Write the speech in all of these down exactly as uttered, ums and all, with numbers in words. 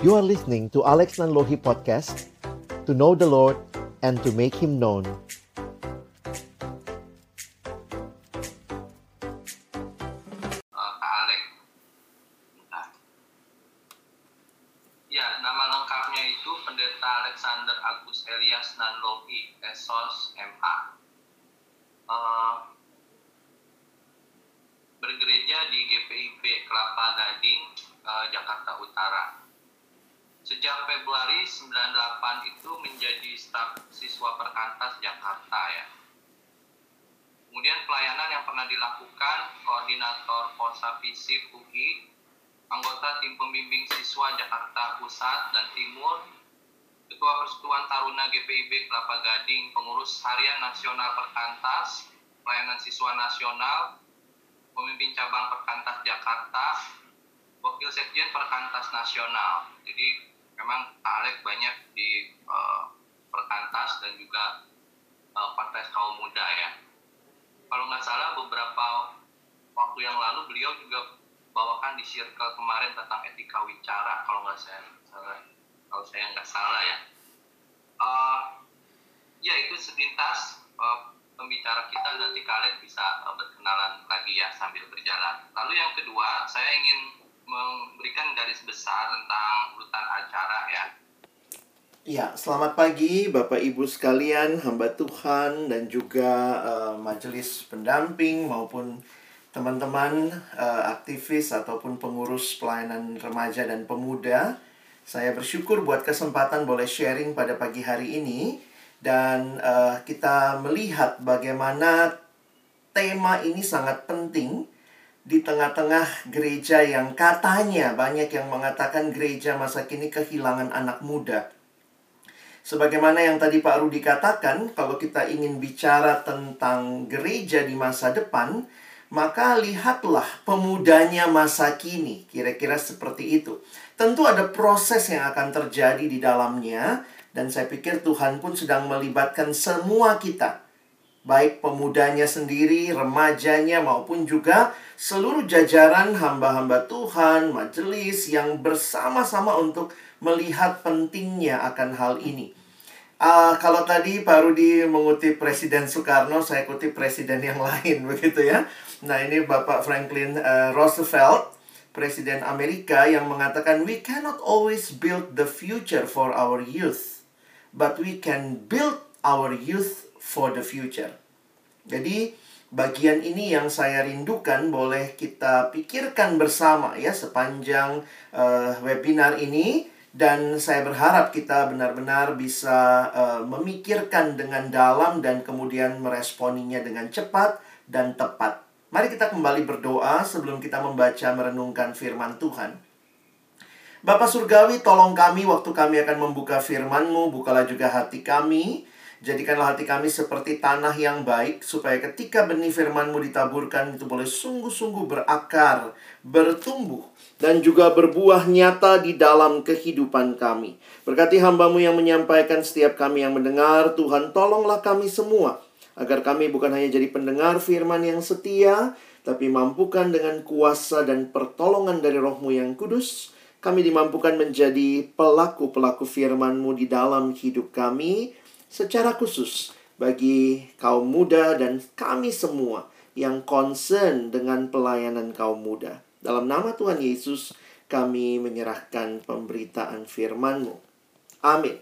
You are listening to Alex Nanlohi Podcast, to know the Lord and to make Him known. Uh, Kak Alex, nah. Ya, nama lengkapnya itu Pendeta Alexander Agus Elias Nanlohi, S O S M A. Uh, bergereja di G P I B Kelapa Gading, uh, Jakarta Utara. Sejak Februari sembilan puluh delapan itu menjadi staf siswa perkantas Jakarta ya. Kemudian pelayanan yang pernah dilakukan, koordinator Posa Visip U I, anggota tim pembimbing siswa Jakarta Pusat dan Timur, Ketua Persekutuan Taruna G P I B Kelapa Gading, pengurus harian nasional perkantas, pelayanan siswa nasional, pemimpin cabang perkantas Jakarta, wakil sekjen perkantas nasional. Jadi memang Alex banyak di uh, perkantas dan juga uh, partai kaum muda ya. Kalau nggak salah beberapa waktu yang lalu beliau juga bawakan di circle kemarin tentang etika wicara kalau nggak saya salah, kalau saya nggak salah ya. Uh, ya itu sepintas uh, pembicara kita, nanti kalian bisa uh, berkenalan lagi ya sambil berjalan. Lalu yang kedua, saya ingin memberikan garis besar tentang urutan acara ya. Ya, selamat pagi Bapak Ibu sekalian, hamba Tuhan dan juga uh, majelis pendamping maupun teman-teman uh, aktivis ataupun pengurus pelayanan remaja dan pemuda. Saya bersyukur buat kesempatan boleh sharing pada pagi hari ini. Dan uh, kita melihat bagaimana tema ini sangat penting di tengah-tengah gereja yang katanya banyak yang mengatakan gereja masa kini kehilangan anak muda. Sebagaimana yang tadi Pak Rudi katakan, kalau kita ingin bicara tentang gereja di masa depan, maka lihatlah pemudanya masa kini. Kira-kira seperti itu. Tentu ada proses yang akan terjadi di dalamnya. Dan saya pikir Tuhan pun sedang melibatkan semua kita. Baik pemudanya sendiri, remajanya, maupun juga seluruh jajaran hamba-hamba Tuhan, majelis yang bersama-sama untuk melihat pentingnya akan hal ini. Uh, kalau tadi Pak Rudi mengutip Presiden Soekarno, saya kutip presiden yang lain, begitu ya. Nah, ini Bapak Franklin uh, Roosevelt, Presiden Amerika, yang mengatakan, "We cannot always build the future for our youth, but we can build our youth for the future." Jadi, bagian ini yang saya rindukan boleh kita pikirkan bersama ya sepanjang uh, webinar ini. Dan saya berharap kita benar-benar bisa uh, memikirkan dengan dalam dan kemudian meresponinya dengan cepat dan tepat. Mari kita kembali berdoa sebelum kita membaca merenungkan firman Tuhan. Bapa Surgawi, tolong kami waktu kami akan membuka firman-Mu, bukalah juga hati kami. Jadikanlah hati kami seperti tanah yang baik, supaya ketika benih firman-Mu ditaburkan, itu boleh sungguh-sungguh berakar, bertumbuh, dan juga berbuah nyata di dalam kehidupan kami. Berkati hamba-Mu yang menyampaikan, setiap kami yang mendengar, Tuhan tolonglah kami semua, agar kami bukan hanya jadi pendengar firman yang setia, tapi mampukan dengan kuasa dan pertolongan dari Roh-Mu yang kudus, kami dimampukan menjadi pelaku-pelaku firman-Mu di dalam hidup kami, secara khusus bagi kaum muda dan kami semua yang concern dengan pelayanan kaum muda. Dalam nama Tuhan Yesus, kami menyerahkan pemberitaan firman-Mu. Amin.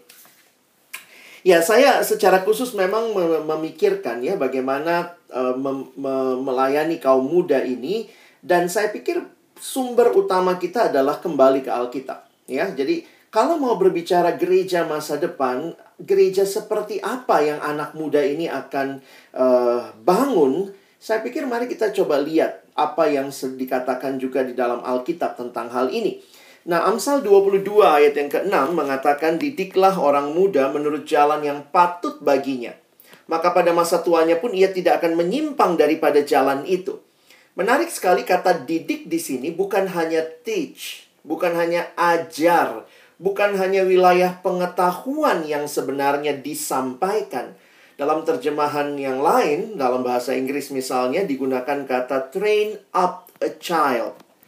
Ya, saya secara khusus memang memikirkan ya bagaimana uh, mem mem melayani kaum muda ini. Dan saya pikir sumber utama kita adalah kembali ke Alkitab. Ya, jadi kalau mau berbicara gereja masa depan, gereja seperti apa yang anak muda ini akan uh, bangun, saya pikir mari kita coba lihat apa yang dikatakan juga di dalam Alkitab tentang hal ini. Nah, Amsal dua puluh dua ayat yang keenam mengatakan, "Didiklah orang muda menurut jalan yang patut baginya. Maka pada masa tuanya pun ia tidak akan menyimpang daripada jalan itu." Menarik sekali kata didik di sini bukan hanya teach, bukan hanya ajar, bukan hanya wilayah pengetahuan yang sebenarnya disampaikan. Dalam terjemahan yang lain, dalam bahasa Inggris misalnya, digunakan kata train up a child.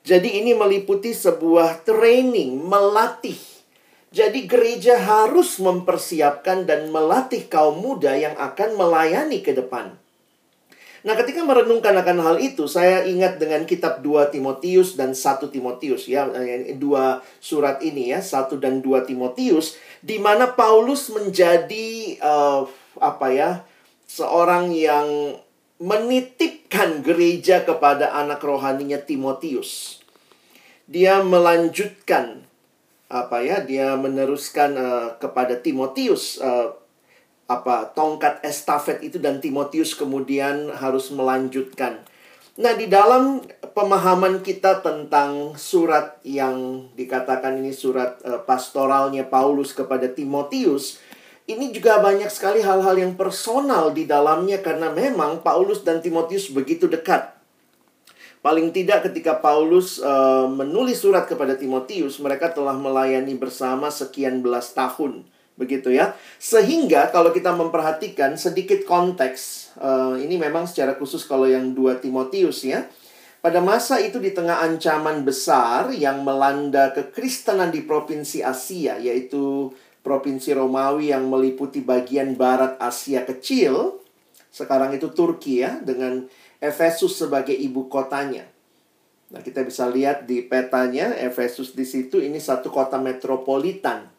Jadi ini meliputi sebuah training, melatih. Jadi gereja harus mempersiapkan dan melatih kaum muda yang akan melayani ke depan. Nah, ketika merenungkan akan hal itu, saya ingat dengan kitab dua Timotius dan satu Timotius, ya, dua surat ini ya, satu dan dua Timotius, di mana Paulus menjadi uh, apa ya, seorang yang menitipkan gereja kepada anak rohaninya Timotius. Dia melanjutkan apa ya, dia meneruskan uh, kepada Timotius uh, apa tongkat estafet itu, dan Timotius kemudian harus melanjutkan. Nah, di dalam pemahaman kita tentang surat yang dikatakan ini surat uh, pastoralnya Paulus kepada Timotius, ini juga banyak sekali hal-hal yang personal di dalamnya karena memang Paulus dan Timotius begitu dekat. Paling tidak ketika Paulus uh, menulis surat kepada Timotius, mereka telah melayani bersama sekian belas tahun. Begitu ya. Sehingga kalau kita memperhatikan sedikit konteks, uh, ini memang secara khusus kalau yang dua Timotius ya. Pada masa itu di tengah ancaman besar yang melanda kekristenan di provinsi Asia, yaitu provinsi Romawi yang meliputi bagian barat Asia kecil, sekarang itu Turki ya, dengan Efesus sebagai ibu kotanya. Nah, kita bisa lihat di petanya, Efesus di situ ini satu kota metropolitan.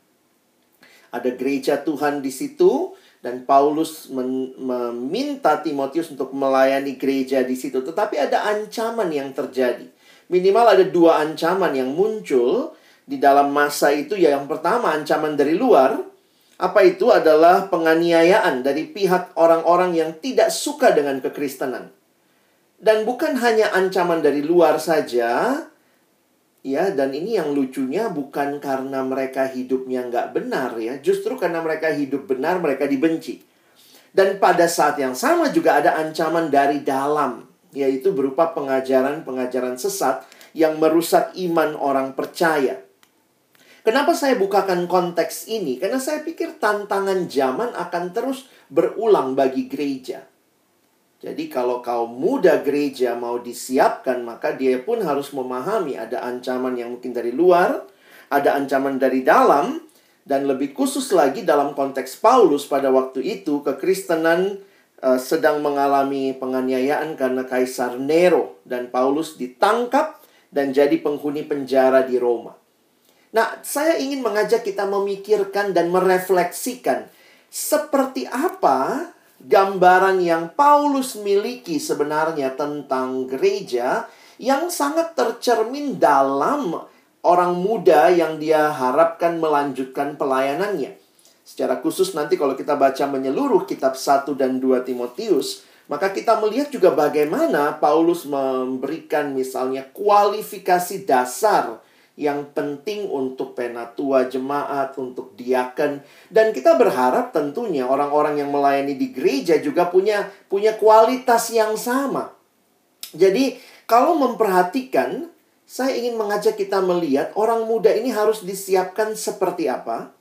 Ada gereja Tuhan di situ, dan Paulus men- meminta Timotius untuk melayani gereja di situ. Tetapi ada ancaman yang terjadi. Minimal ada dua ancaman yang muncul di dalam masa itu. Ya, yang pertama ancaman dari luar. Apa itu? Adalah penganiayaan dari pihak orang-orang yang tidak suka dengan kekristenan. Dan bukan hanya ancaman dari luar saja. Ya, dan ini yang lucunya bukan karena mereka hidupnya nggak benar ya. Justru karena mereka hidup benar, mereka dibenci. Dan pada saat yang sama juga ada ancaman dari dalam. Yaitu berupa pengajaran-pengajaran sesat yang merusak iman orang percaya. Kenapa saya bukakan konteks ini? Karena saya pikir tantangan zaman akan terus berulang bagi gereja. Jadi kalau kaum muda gereja mau disiapkan, maka dia pun harus memahami ada ancaman yang mungkin dari luar, ada ancaman dari dalam, dan lebih khusus lagi dalam konteks Paulus pada waktu itu, kekristenan uh, sedang mengalami penganiayaan karena Kaisar Nero, dan Paulus ditangkap dan jadi penghuni penjara di Roma. Nah, saya ingin mengajak kita memikirkan dan merefleksikan seperti apa gambaran yang Paulus miliki sebenarnya tentang gereja yang sangat tercermin dalam orang muda yang dia harapkan melanjutkan pelayanannya. Secara khusus nanti kalau kita baca menyeluruh kitab satu dan dua Timotius, maka kita melihat juga bagaimana Paulus memberikan misalnya kualifikasi dasar yang penting untuk penatua jemaat, untuk diaken. Dan kita berharap tentunya orang-orang yang melayani di gereja juga punya punya kualitas yang sama. Jadi kalau memperhatikan, saya ingin mengajak kita melihat orang muda ini harus disiapkan seperti apa.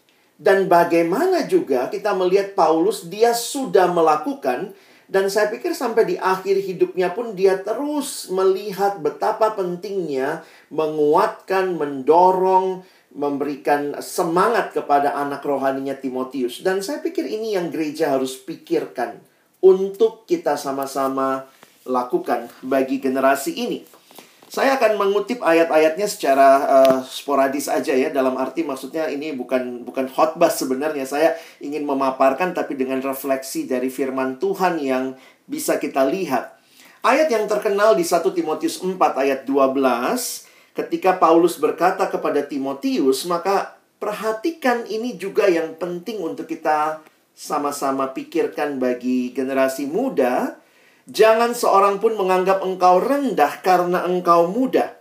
Dan bagaimana juga kita melihat Paulus, dia sudah melakukan. Dan saya pikir sampai di akhir hidupnya pun dia terus melihat betapa pentingnya menguatkan, mendorong, memberikan semangat kepada anak rohaninya Timotius. Dan saya pikir ini yang gereja harus pikirkan untuk kita sama-sama lakukan bagi generasi ini. Saya akan mengutip ayat-ayatnya secara uh, sporadis aja ya. Dalam arti maksudnya ini bukan bukan khotbah sebenarnya. Saya ingin memaparkan tapi dengan refleksi dari firman Tuhan yang bisa kita lihat. Ayat yang terkenal di satu Timotius empat ayat dua belas. Ketika Paulus berkata kepada Timotius, maka perhatikan ini juga yang penting untuk kita sama-sama pikirkan bagi generasi muda. Jangan seorang pun menganggap engkau rendah karena engkau muda.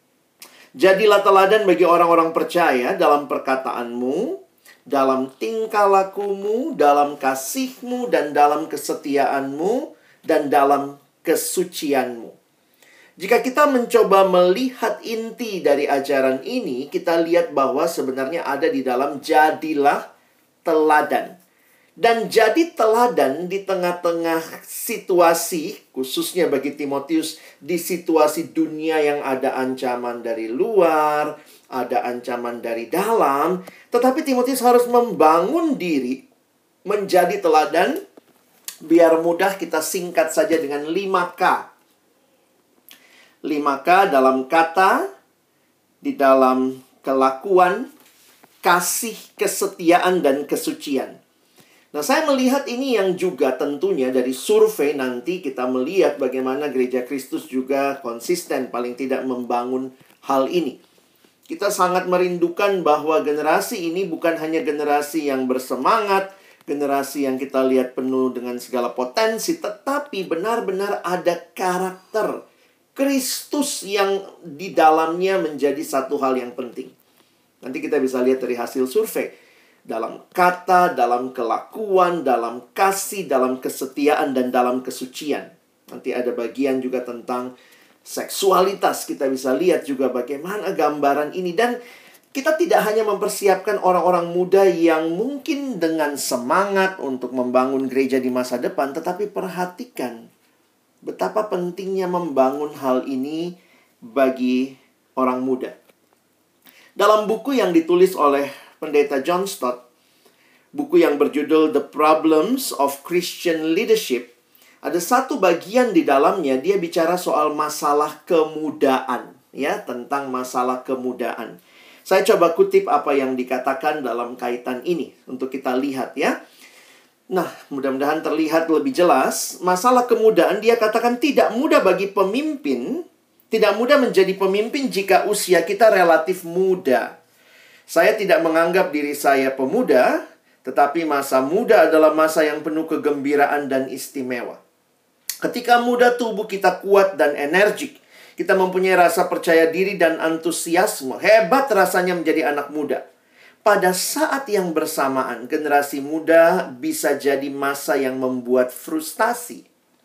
Jadilah teladan bagi orang-orang percaya dalam perkataanmu, dalam tingkah lakumu, dalam kasihmu, dan dalam kesetiaanmu, dan dalam kesucianmu. Jika kita mencoba melihat inti dari ajaran ini, kita lihat bahwa sebenarnya ada di dalam jadilah teladan. Dan jadi teladan di tengah-tengah situasi, khususnya bagi Timotius, di situasi dunia yang ada ancaman dari luar, ada ancaman dari dalam. Tetapi Timotius harus membangun diri menjadi teladan. Biar mudah kita singkat saja dengan lima K. lima K dalam kata, di dalam kelakuan, kasih, kesetiaan, dan kesucian. Nah, saya melihat ini yang juga tentunya dari survei nanti kita melihat bagaimana Gereja Kristus juga konsisten paling tidak membangun hal ini. Kita sangat merindukan bahwa generasi ini bukan hanya generasi yang bersemangat, generasi yang kita lihat penuh dengan segala potensi, tetapi benar-benar ada karakter Kristus yang di dalamnya menjadi satu hal yang penting. Nanti kita bisa lihat dari hasil survei. Dalam kata, dalam kelakuan, dalam kasih, dalam kesetiaan, dan dalam kesucian. Nanti ada bagian juga tentang seksualitas. Kita bisa lihat juga bagaimana gambaran ini. Dan kita tidak hanya mempersiapkan orang-orang muda yang mungkin dengan semangat untuk membangun gereja di masa depan. Tetapi perhatikan betapa pentingnya membangun hal ini bagi orang muda. Dalam buku yang ditulis oleh Pendeta John Stott, buku yang berjudul The Problems of Christian Leadership, ada satu bagian di dalamnya dia bicara soal masalah kemudaan, ya, tentang masalah kemudaan. Saya coba kutip apa yang dikatakan dalam kaitan ini untuk kita lihat, ya. Nah, mudah-mudahan terlihat lebih jelas. Masalah kemudaan dia katakan tidak mudah bagi pemimpin, tidak mudah menjadi pemimpin jika usia kita relatif muda. Saya tidak menganggap diri saya pemuda, tetapi masa muda adalah masa yang penuh kegembiraan dan istimewa. Ketika muda, tubuh kita kuat dan energik. Kita mempunyai rasa percaya diri dan antusiasme. Hebat rasanya menjadi anak muda. Pada saat yang bersamaan, generasi muda bisa jadi masa yang membuat frustasi.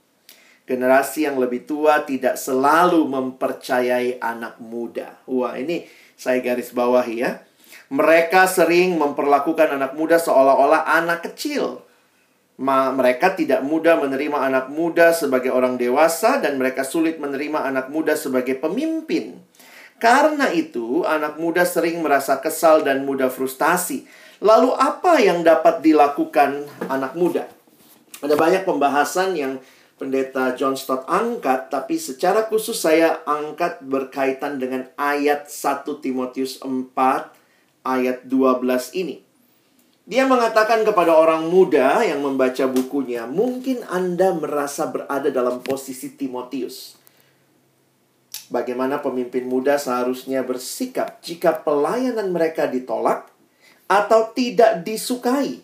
Generasi yang lebih tua tidak selalu mempercayai anak muda. Wah, ini saya garis bawahi, ya. Mereka sering memperlakukan anak muda seolah-olah anak kecil. Ma, mereka tidak mudah menerima anak muda sebagai orang dewasa, dan mereka sulit menerima anak muda sebagai pemimpin. Karena itu, anak muda sering merasa kesal dan mudah frustasi. Lalu apa yang dapat dilakukan anak muda? Ada banyak pembahasan yang Pendeta John Stott angkat, tapi secara khusus saya angkat berkaitan dengan ayat satu Timotius empat, ayat dua belas ini. Dia mengatakan kepada orang muda yang membaca bukunya, mungkin Anda merasa berada dalam posisi Timotius. Bagaimana pemimpin muda seharusnya bersikap jika pelayanan mereka ditolak atau tidak disukai.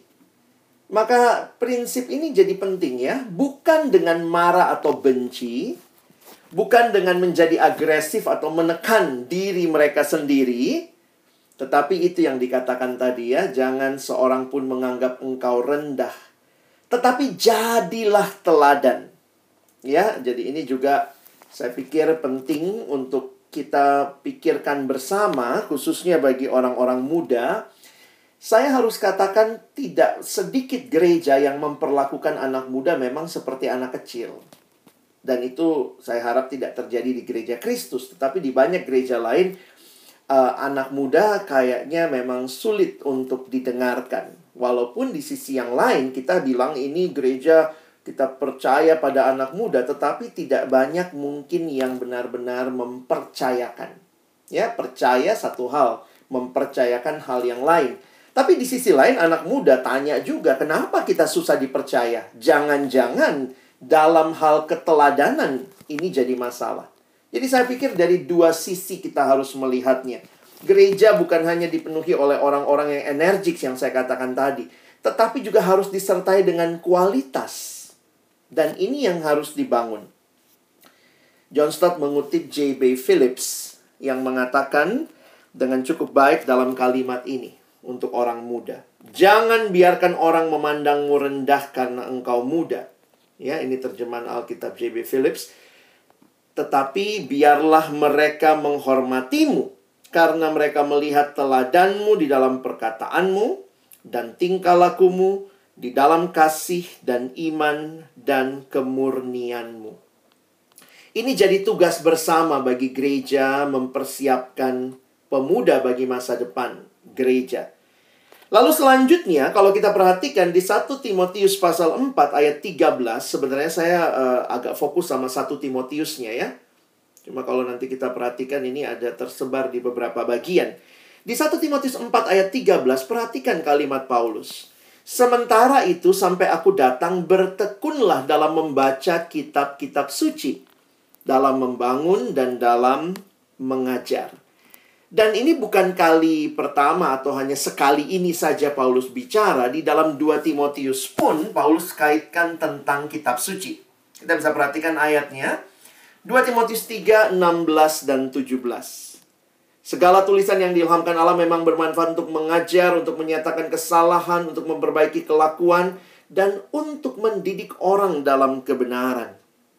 Maka prinsip ini jadi penting, ya. Bukan dengan marah atau benci, bukan dengan menjadi agresif atau menekan diri mereka sendiri. Tetapi itu yang dikatakan tadi, ya. Jangan seorang pun menganggap engkau rendah, tetapi jadilah teladan. Ya, jadi ini juga saya pikir penting untuk kita pikirkan bersama, khususnya bagi orang-orang muda. Saya harus katakan tidak sedikit gereja yang memperlakukan anak muda memang seperti anak kecil. Dan itu saya harap tidak terjadi di gereja Kristus. Tetapi di banyak gereja lain, uh, anak muda kayaknya memang sulit untuk didengarkan. Walaupun di sisi yang lain kita bilang ini gereja kita percaya pada anak muda, tetapi tidak banyak mungkin yang benar-benar mempercayakan. Ya, percaya satu hal, mempercayakan hal yang lain. Tapi di sisi lain anak muda tanya juga, kenapa kita susah dipercaya? Jangan-jangan dalam hal keteladanan ini jadi masalah. Jadi saya pikir dari dua sisi kita harus melihatnya. Gereja bukan hanya dipenuhi oleh orang-orang yang energik yang saya katakan tadi, tetapi juga harus disertai dengan kualitas. Dan ini yang harus dibangun. John Stott mengutip J B Phillips yang mengatakan dengan cukup baik dalam kalimat ini untuk orang muda. Jangan biarkan orang memandangmu rendah karena engkau muda. Ya, ini terjemahan Alkitab J B Phillips. Tetapi biarlah mereka menghormatimu karena mereka melihat teladanmu di dalam perkataanmu dan tingkah lakumu di dalam kasih dan iman dan kemurnianmu. Ini jadi tugas bersama bagi gereja mempersiapkan pemuda bagi masa depan gereja. Lalu selanjutnya, kalau kita perhatikan di satu Timotius pasal empat ayat tiga belas, sebenarnya saya uh, agak fokus sama satu Timotiusnya ya. Cuma kalau nanti kita perhatikan ini ada tersebar di beberapa bagian. Di satu Timotius empat ayat tiga belas, perhatikan kalimat Paulus. Sementara itu sampai aku datang, bertekunlah dalam membaca kitab-kitab suci, dalam membangun dan dalam mengajar. Dan ini bukan kali pertama atau hanya sekali ini saja Paulus bicara. Di dalam dua Timotius pun Paulus kaitkan tentang kitab suci. Kita bisa perhatikan ayatnya. dua Timotius tiga, enam belas dan tujuh belas. Segala tulisan yang diilhamkan Allah memang bermanfaat untuk mengajar, untuk menyatakan kesalahan, untuk memperbaiki kelakuan, dan untuk mendidik orang dalam kebenaran.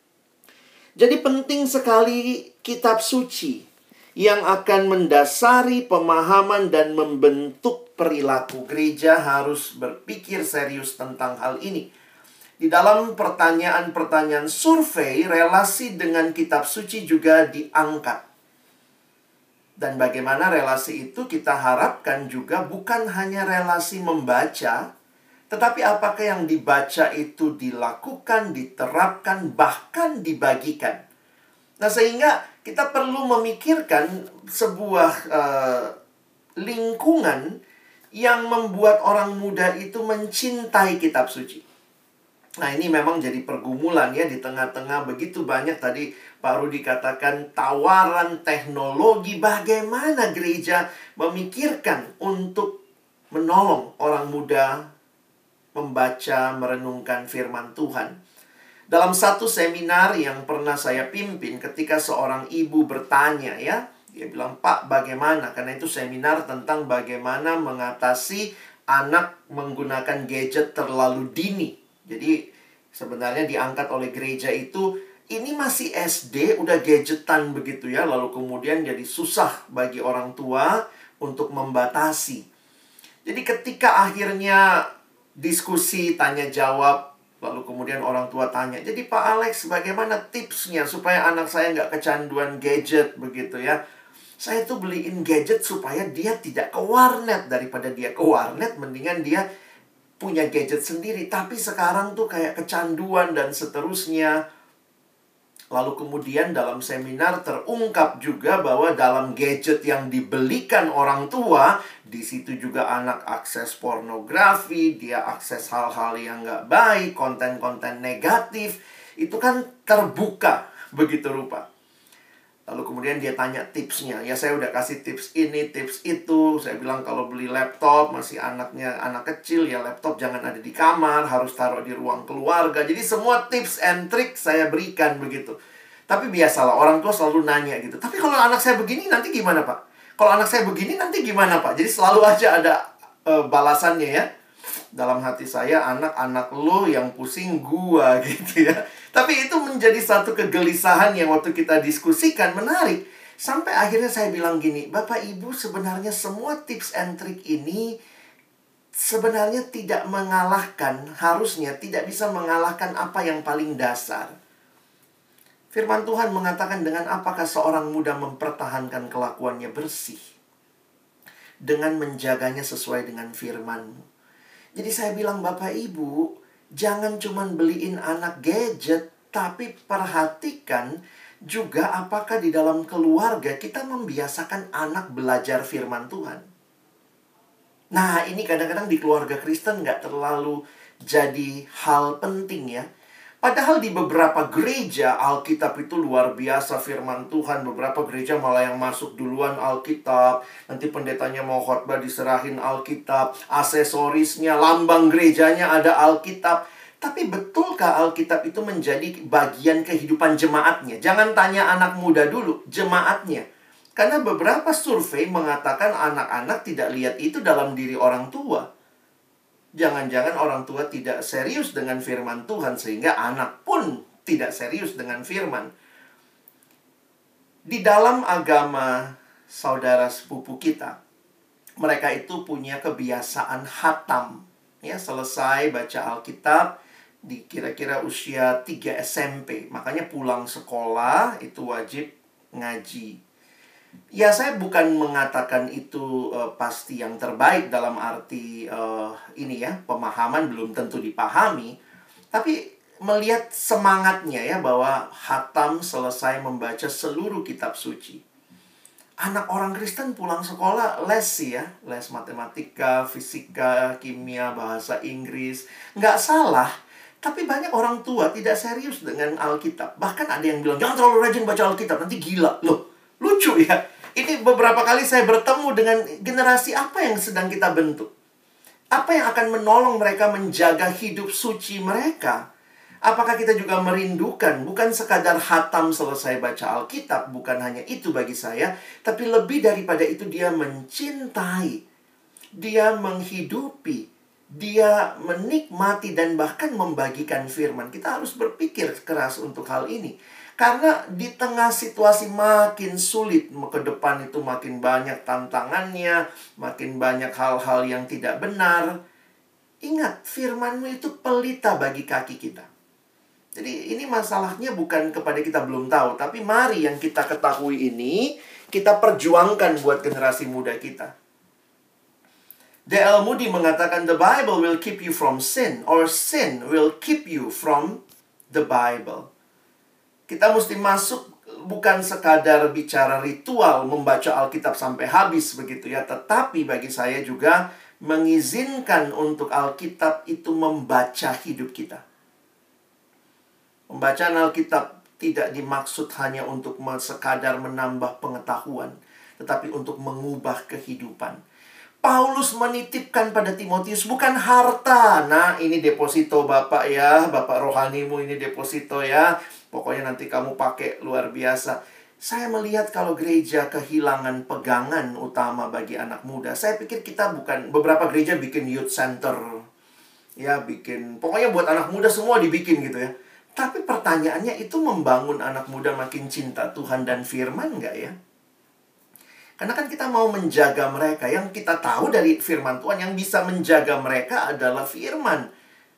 Jadi penting sekali kitab suci yang akan mendasari pemahaman dan membentuk perilaku. Gereja harus berpikir serius tentang hal ini. Di dalam pertanyaan-pertanyaan survei, relasi dengan kitab suci juga diangkat. Dan bagaimana relasi itu kita harapkan juga bukan hanya relasi membaca, tetapi apakah yang dibaca itu dilakukan, diterapkan, bahkan dibagikan. Nah, sehingga kita perlu memikirkan sebuah uh, lingkungan yang membuat orang muda itu mencintai kitab suci. Nah, ini memang jadi pergumulan ya di tengah-tengah begitu banyak tadi Pak Rudi katakan tawaran teknologi. Bagaimana gereja memikirkan untuk menolong orang muda membaca, merenungkan firman Tuhan. Dalam satu seminar yang pernah saya pimpin, ketika seorang ibu bertanya ya, dia bilang, "Pak, bagaimana?" Karena itu seminar tentang bagaimana mengatasi anak menggunakan gadget terlalu dini. Jadi sebenarnya diangkat oleh gereja itu, ini masih S D, udah gadgetan begitu ya. Lalu kemudian jadi susah bagi orang tua untuk membatasi. Jadi ketika akhirnya diskusi, tanya jawab, lalu kemudian orang tua tanya, "Jadi Pak Alex, bagaimana tipsnya supaya anak saya nggak kecanduan gadget begitu ya?" Saya tuh beliin gadget supaya dia tidak ke warnet. Daripada dia ke warnet, mendingan dia punya gadget sendiri. Tapi sekarang tuh kayak kecanduan dan seterusnya. Lalu kemudian dalam seminar terungkap juga bahwa dalam gadget yang dibelikan orang tua, di situ juga anak akses pornografi, dia akses hal-hal yang nggak baik, konten-konten negatif. Itu kan terbuka begitu rupa. Lalu kemudian dia tanya tipsnya. Ya, saya udah kasih tips ini, tips itu. Saya bilang kalau beli laptop, masih anaknya anak kecil, ya laptop jangan ada di kamar, harus taruh di ruang keluarga. Jadi semua tips and trick saya berikan begitu. Tapi biasalah, orang tua selalu nanya gitu. "Tapi kalau anak saya begini nanti gimana, Pak? Kalau anak saya begini nanti gimana, Pak?" Jadi selalu aja ada uh, balasannya ya. Dalam hati saya, anak-anak lo yang pusing gua gitu ya. Tapi itu menjadi satu kegelisahan yang waktu kita diskusikan menarik. Sampai akhirnya saya bilang gini, "Bapak Ibu, sebenarnya semua tips and trick ini sebenarnya tidak mengalahkan, harusnya tidak bisa mengalahkan apa yang paling dasar." Firman Tuhan mengatakan, dengan apakah seorang muda mempertahankan kelakuannya bersih? Dengan menjaganya sesuai dengan firman-Mu. Jadi saya bilang, Bapak Ibu, jangan cuma beliin anak gadget, tapi perhatikan juga apakah di dalam keluarga kita membiasakan anak belajar firman Tuhan. Nah, ini kadang-kadang di keluarga Kristen nggak terlalu jadi hal penting ya. Padahal di beberapa gereja, Alkitab itu luar biasa firman Tuhan. Beberapa gereja malah yang masuk duluan Alkitab. Nanti pendetanya mau khotbah diserahin Alkitab. Aksesorisnya, lambang gerejanya ada Alkitab. Tapi betulkah Alkitab itu menjadi bagian kehidupan jemaatnya? Jangan tanya anak muda dulu, jemaatnya. Karena beberapa survei mengatakan anak-anak tidak lihat itu dalam diri orang tua. Jangan-jangan orang tua tidak serius dengan firman Tuhan, sehingga anak pun tidak serius dengan firman. Di dalam agama saudara sepupu kita, mereka itu punya kebiasaan hatam. ya, selesai baca Alkitab di kira-kira usia tiga S M P. Makanya pulang sekolah itu wajib ngaji. Ya, saya bukan mengatakan itu uh, pasti yang terbaik dalam arti uh, ini ya, pemahaman belum tentu dipahami. Tapi melihat semangatnya ya, bahwa khatam selesai membaca seluruh kitab suci. Anak orang Kristen pulang sekolah les sih ya, les matematika, fisika, kimia, bahasa Inggris. Nggak salah, tapi banyak orang tua tidak serius dengan Alkitab. Bahkan ada yang bilang, jangan terlalu rajin baca Alkitab, nanti gila. Loh, lucu ya. Ini beberapa kali saya bertemu dengan generasi apa yang sedang kita bentuk. Apa yang akan menolong mereka menjaga hidup suci mereka? Apakah kita juga merindukan, bukan sekadar khatam selesai baca Alkitab, bukan hanya itu bagi saya, tapi lebih daripada itu dia mencintai, dia menghidupi, dia menikmati dan bahkan membagikan firman. Kita harus berpikir keras untuk hal ini. Karena di tengah situasi makin sulit ke depan itu, makin banyak tantangannya, makin banyak hal-hal yang tidak benar. Ingat, firman-Mu itu pelita bagi kaki kita. Jadi ini masalahnya bukan kepada kita belum tahu, tapi mari yang kita ketahui ini kita perjuangkan buat generasi muda kita. D L Moody mengatakan, the Bible will keep you from sin, or sin will keep you from the Bible. Kita mesti masuk bukan sekadar bicara ritual membaca Alkitab sampai habis begitu ya, tetapi bagi saya juga mengizinkan untuk Alkitab itu membaca hidup kita. Pembacaan Alkitab tidak dimaksud hanya untuk sekadar menambah pengetahuan, tetapi untuk mengubah kehidupan. Paulus menitipkan pada Timotius bukan harta. Nah, ini deposito Bapak ya, Bapak rohanimu ini deposito ya. Pokoknya nanti kamu pakai luar biasa. Saya melihat kalau gereja kehilangan pegangan utama bagi anak muda. Saya pikir kita bukan, beberapa gereja bikin youth center. Ya, bikin, pokoknya buat anak muda semua dibikin gitu ya. Tapi pertanyaannya, itu membangun anak muda makin cinta Tuhan dan firman nggak ya? Karena kan kita mau menjaga mereka. Yang kita tahu dari firman Tuhan, yang bisa menjaga mereka adalah firman.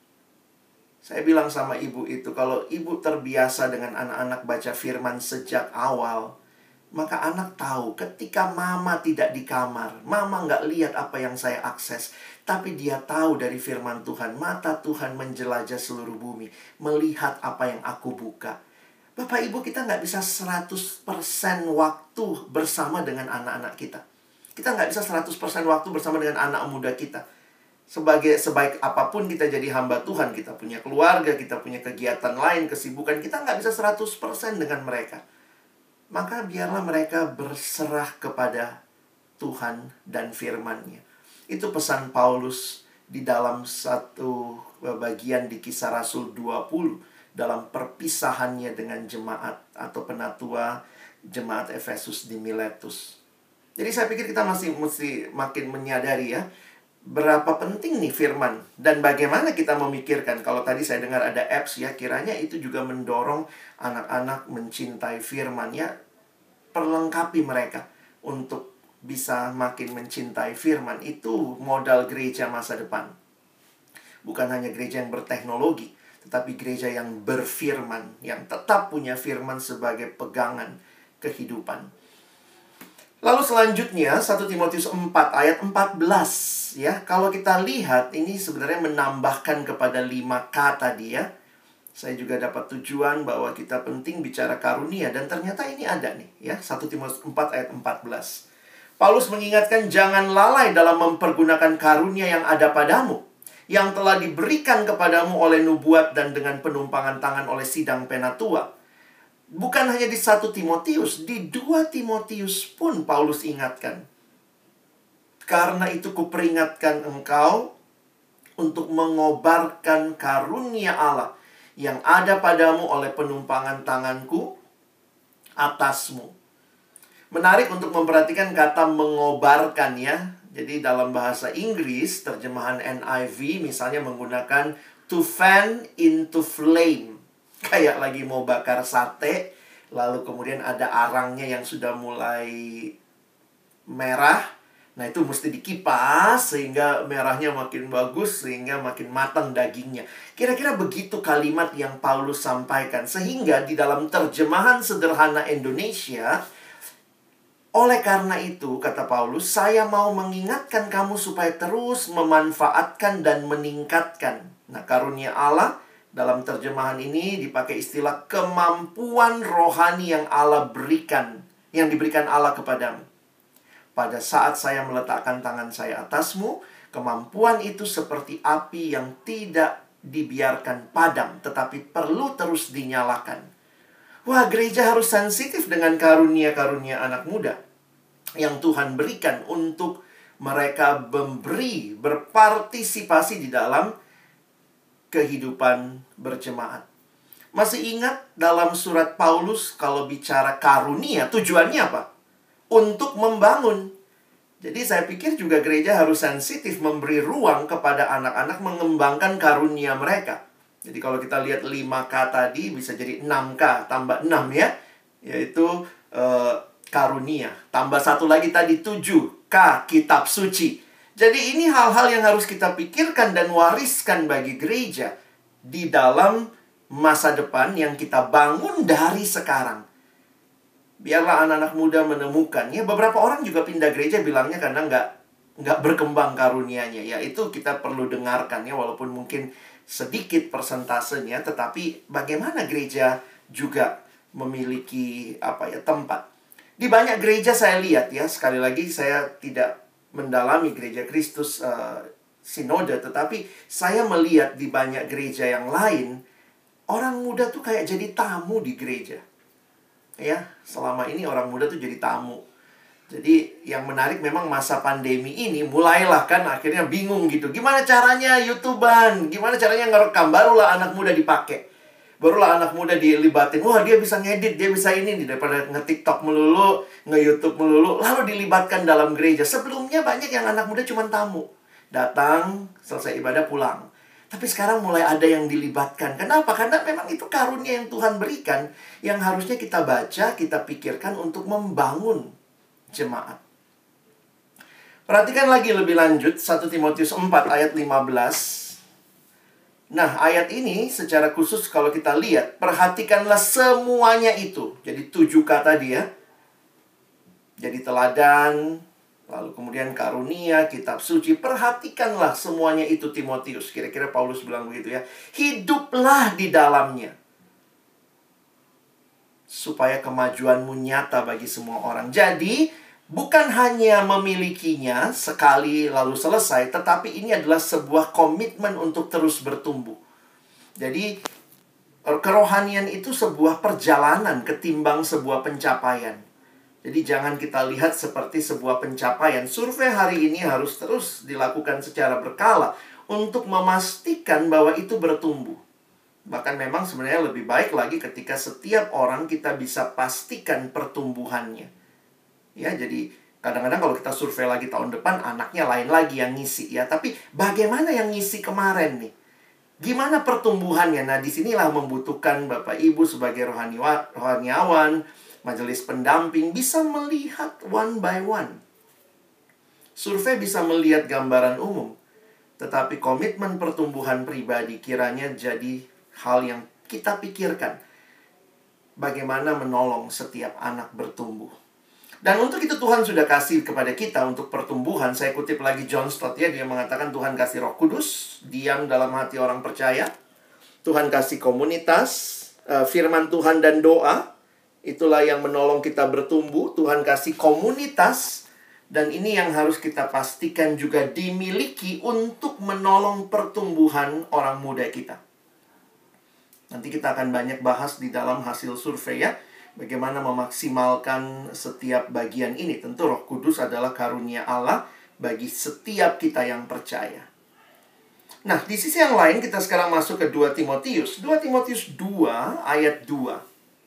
Saya bilang sama ibu itu, kalau ibu terbiasa dengan anak-anak baca firman sejak awal, maka anak tahu ketika mama tidak di kamar, mama nggak lihat apa yang saya akses, tapi dia tahu dari firman Tuhan, mata Tuhan menjelajah seluruh bumi, melihat apa yang aku buka. Bapak Ibu, kita nggak bisa seratus persen waktu bersama dengan anak-anak kita. Kita nggak bisa seratus persen waktu bersama dengan anak muda kita. Sebagai sebaik apapun kita jadi hamba Tuhan, kita punya keluarga, kita punya kegiatan lain, kesibukan, kita nggak bisa seratus persen dengan mereka. Maka biarlah mereka berserah kepada Tuhan dan firman-Nya. Itu pesan Paulus di dalam satu bagian di Kisah Rasul dua puluh, dalam perpisahannya dengan jemaat atau penatua jemaat Efesus di Miletus. Jadi saya pikir kita masih mesti makin menyadari ya, berapa penting nih firman, dan bagaimana kita memikirkan. Kalau tadi saya dengar ada apps ya, kiranya itu juga mendorong anak-anak mencintai firman ya, perlengkapi mereka untuk bisa makin mencintai firman. Itu modal gereja masa depan. Bukan hanya gereja yang berteknologi, tetapi gereja yang berfirman, yang tetap punya firman sebagai pegangan kehidupan. Lalu selanjutnya satu Timotius empat ayat empat belas ya. Kalau kita lihat ini sebenarnya menambahkan kepada lima K tadi ya. Saya juga dapat tujuan bahwa kita penting bicara karunia, dan ternyata ini ada nih ya, satu Timotius empat ayat empat belas. Paulus mengingatkan, jangan lalai dalam mempergunakan karunia yang ada padamu, yang telah diberikan kepadamu oleh nubuat dan dengan penumpangan tangan oleh sidang penatua. Bukan hanya di satu Timotius, di dua Timotius pun Paulus ingatkan. Karena itu kuperingatkan engkau untuk mengobarkan karunia Allah yang ada padamu oleh penumpangan tanganku atasmu. Menarik untuk memperhatikan kata mengobarkan ya. Jadi dalam bahasa Inggris, terjemahan N I V misalnya menggunakan to fan into flame. Kayak lagi mau bakar sate, lalu kemudian ada arangnya yang sudah mulai merah, Nah, itu mesti dikipas sehingga merahnya makin bagus, sehingga makin matang dagingnya. Kira-kira begitu kalimat yang Paulus sampaikan. Sehingga di dalam terjemahan sederhana Indonesia, oleh karena itu, kata Paulus, saya mau mengingatkan kamu supaya terus memanfaatkan dan meningkatkan. Nah, karunia Allah dalam terjemahan ini dipakai istilah kemampuan rohani yang Allah berikan, yang diberikan Allah kepadamu. Pada saat saya meletakkan tangan saya atasmu, kemampuan itu seperti api yang tidak dibiarkan padam, tetapi perlu terus dinyalakan. Wah, gereja harus sensitif dengan karunia-karunia anak muda yang Tuhan berikan untuk mereka memberi, berpartisipasi di dalam kehidupan berjemaat. Masih ingat dalam surat Paulus kalau bicara karunia, tujuannya apa? Untuk membangun. Jadi saya pikir juga gereja harus sensitif memberi ruang kepada anak-anak mengembangkan karunia mereka. Jadi kalau kita lihat lima K tadi bisa jadi enam K, tambah enam ya. Yaitu uh, karunia. Tambah satu lagi tadi tujuh K, kitab suci. Jadi ini hal-hal yang harus kita pikirkan dan wariskan bagi gereja di dalam masa depan yang kita bangun dari sekarang. Biarlah anak-anak muda menemukan. Ya, beberapa orang juga pindah gereja bilangnya karena nggak nggak berkembang karunianya. Ya, itu kita perlu dengarkan ya, walaupun mungkin sedikit persentasenya, tetapi bagaimana gereja juga memiliki apa ya tempat. Di banyak gereja saya lihat ya, sekali lagi saya tidak mendalami gereja Kristus uh, sinode, tetapi saya melihat di banyak gereja yang lain, orang muda tuh kayak jadi tamu di gereja. Ya, selama ini orang muda tuh jadi tamu. Jadi yang menarik memang masa pandemi ini mulailah kan akhirnya bingung gitu. Gimana caranya YouTubean? Gimana caranya ngerekam? Barulah anak muda dipakai. Barulah anak muda dilibatin. Wah, dia bisa ngedit, dia bisa ini. Daripada nge-TikTok melulu, nge-YouTube melulu, lalu dilibatkan dalam gereja. Sebelumnya banyak yang anak muda cuma tamu. Datang, selesai ibadah, pulang. Tapi sekarang mulai ada yang dilibatkan. Kenapa? Karena memang itu karunia yang Tuhan berikan, yang harusnya kita baca, kita pikirkan untuk membangun jemaat. Perhatikan lagi lebih lanjut, satu Timotius empat ayat lima belas. Nah, ayat ini secara khusus kalau kita lihat, perhatikanlah semuanya itu. Jadi tujuh kata dia. Jadi teladan, lalu kemudian karunia, kitab suci. Perhatikanlah semuanya itu Timotius. Kira-kira Paulus bilang begitu ya. Hiduplah di dalamnya, supaya kemajuanmu nyata bagi semua orang. Jadi, bukan hanya memilikinya sekali lalu selesai, tetapi ini adalah sebuah komitmen untuk terus bertumbuh. Jadi, kerohanian itu sebuah perjalanan ketimbang sebuah pencapaian. Jadi jangan kita lihat seperti sebuah pencapaian. Survei hari ini harus terus dilakukan secara berkala untuk memastikan bahwa itu bertumbuh. Bahkan memang sebenarnya lebih baik lagi ketika setiap orang kita bisa pastikan pertumbuhannya. Ya, jadi kadang-kadang kalau kita survei lagi tahun depan, anaknya lain lagi yang ngisi ya. Tapi bagaimana yang ngisi kemarin nih? Gimana pertumbuhannya? Nah, disinilah membutuhkan Bapak Ibu sebagai rohaniwa, rohaniawan, majelis pendamping bisa melihat one by one. Survei bisa melihat gambaran umum, tetapi komitmen pertumbuhan pribadi kiranya jadi hal yang kita pikirkan. Bagaimana menolong setiap anak bertumbuh. Dan untuk itu Tuhan sudah kasih kepada kita untuk pertumbuhan. Saya kutip lagi John Stott ya, dia mengatakan Tuhan kasih Roh Kudus, diam dalam hati orang percaya. Tuhan kasih komunitas, uh, firman Tuhan dan doa. Itulah yang menolong kita bertumbuh. Tuhan kasih komunitas. Dan ini yang harus kita pastikan juga dimiliki untuk menolong pertumbuhan orang muda kita. Nanti kita akan banyak bahas di dalam hasil survei ya. Bagaimana memaksimalkan setiap bagian ini. Tentu Roh Kudus adalah karunia Allah bagi setiap kita yang percaya. Nah, di sisi yang lain kita sekarang masuk ke dua Timotius. dua Timotius dua ayat dua.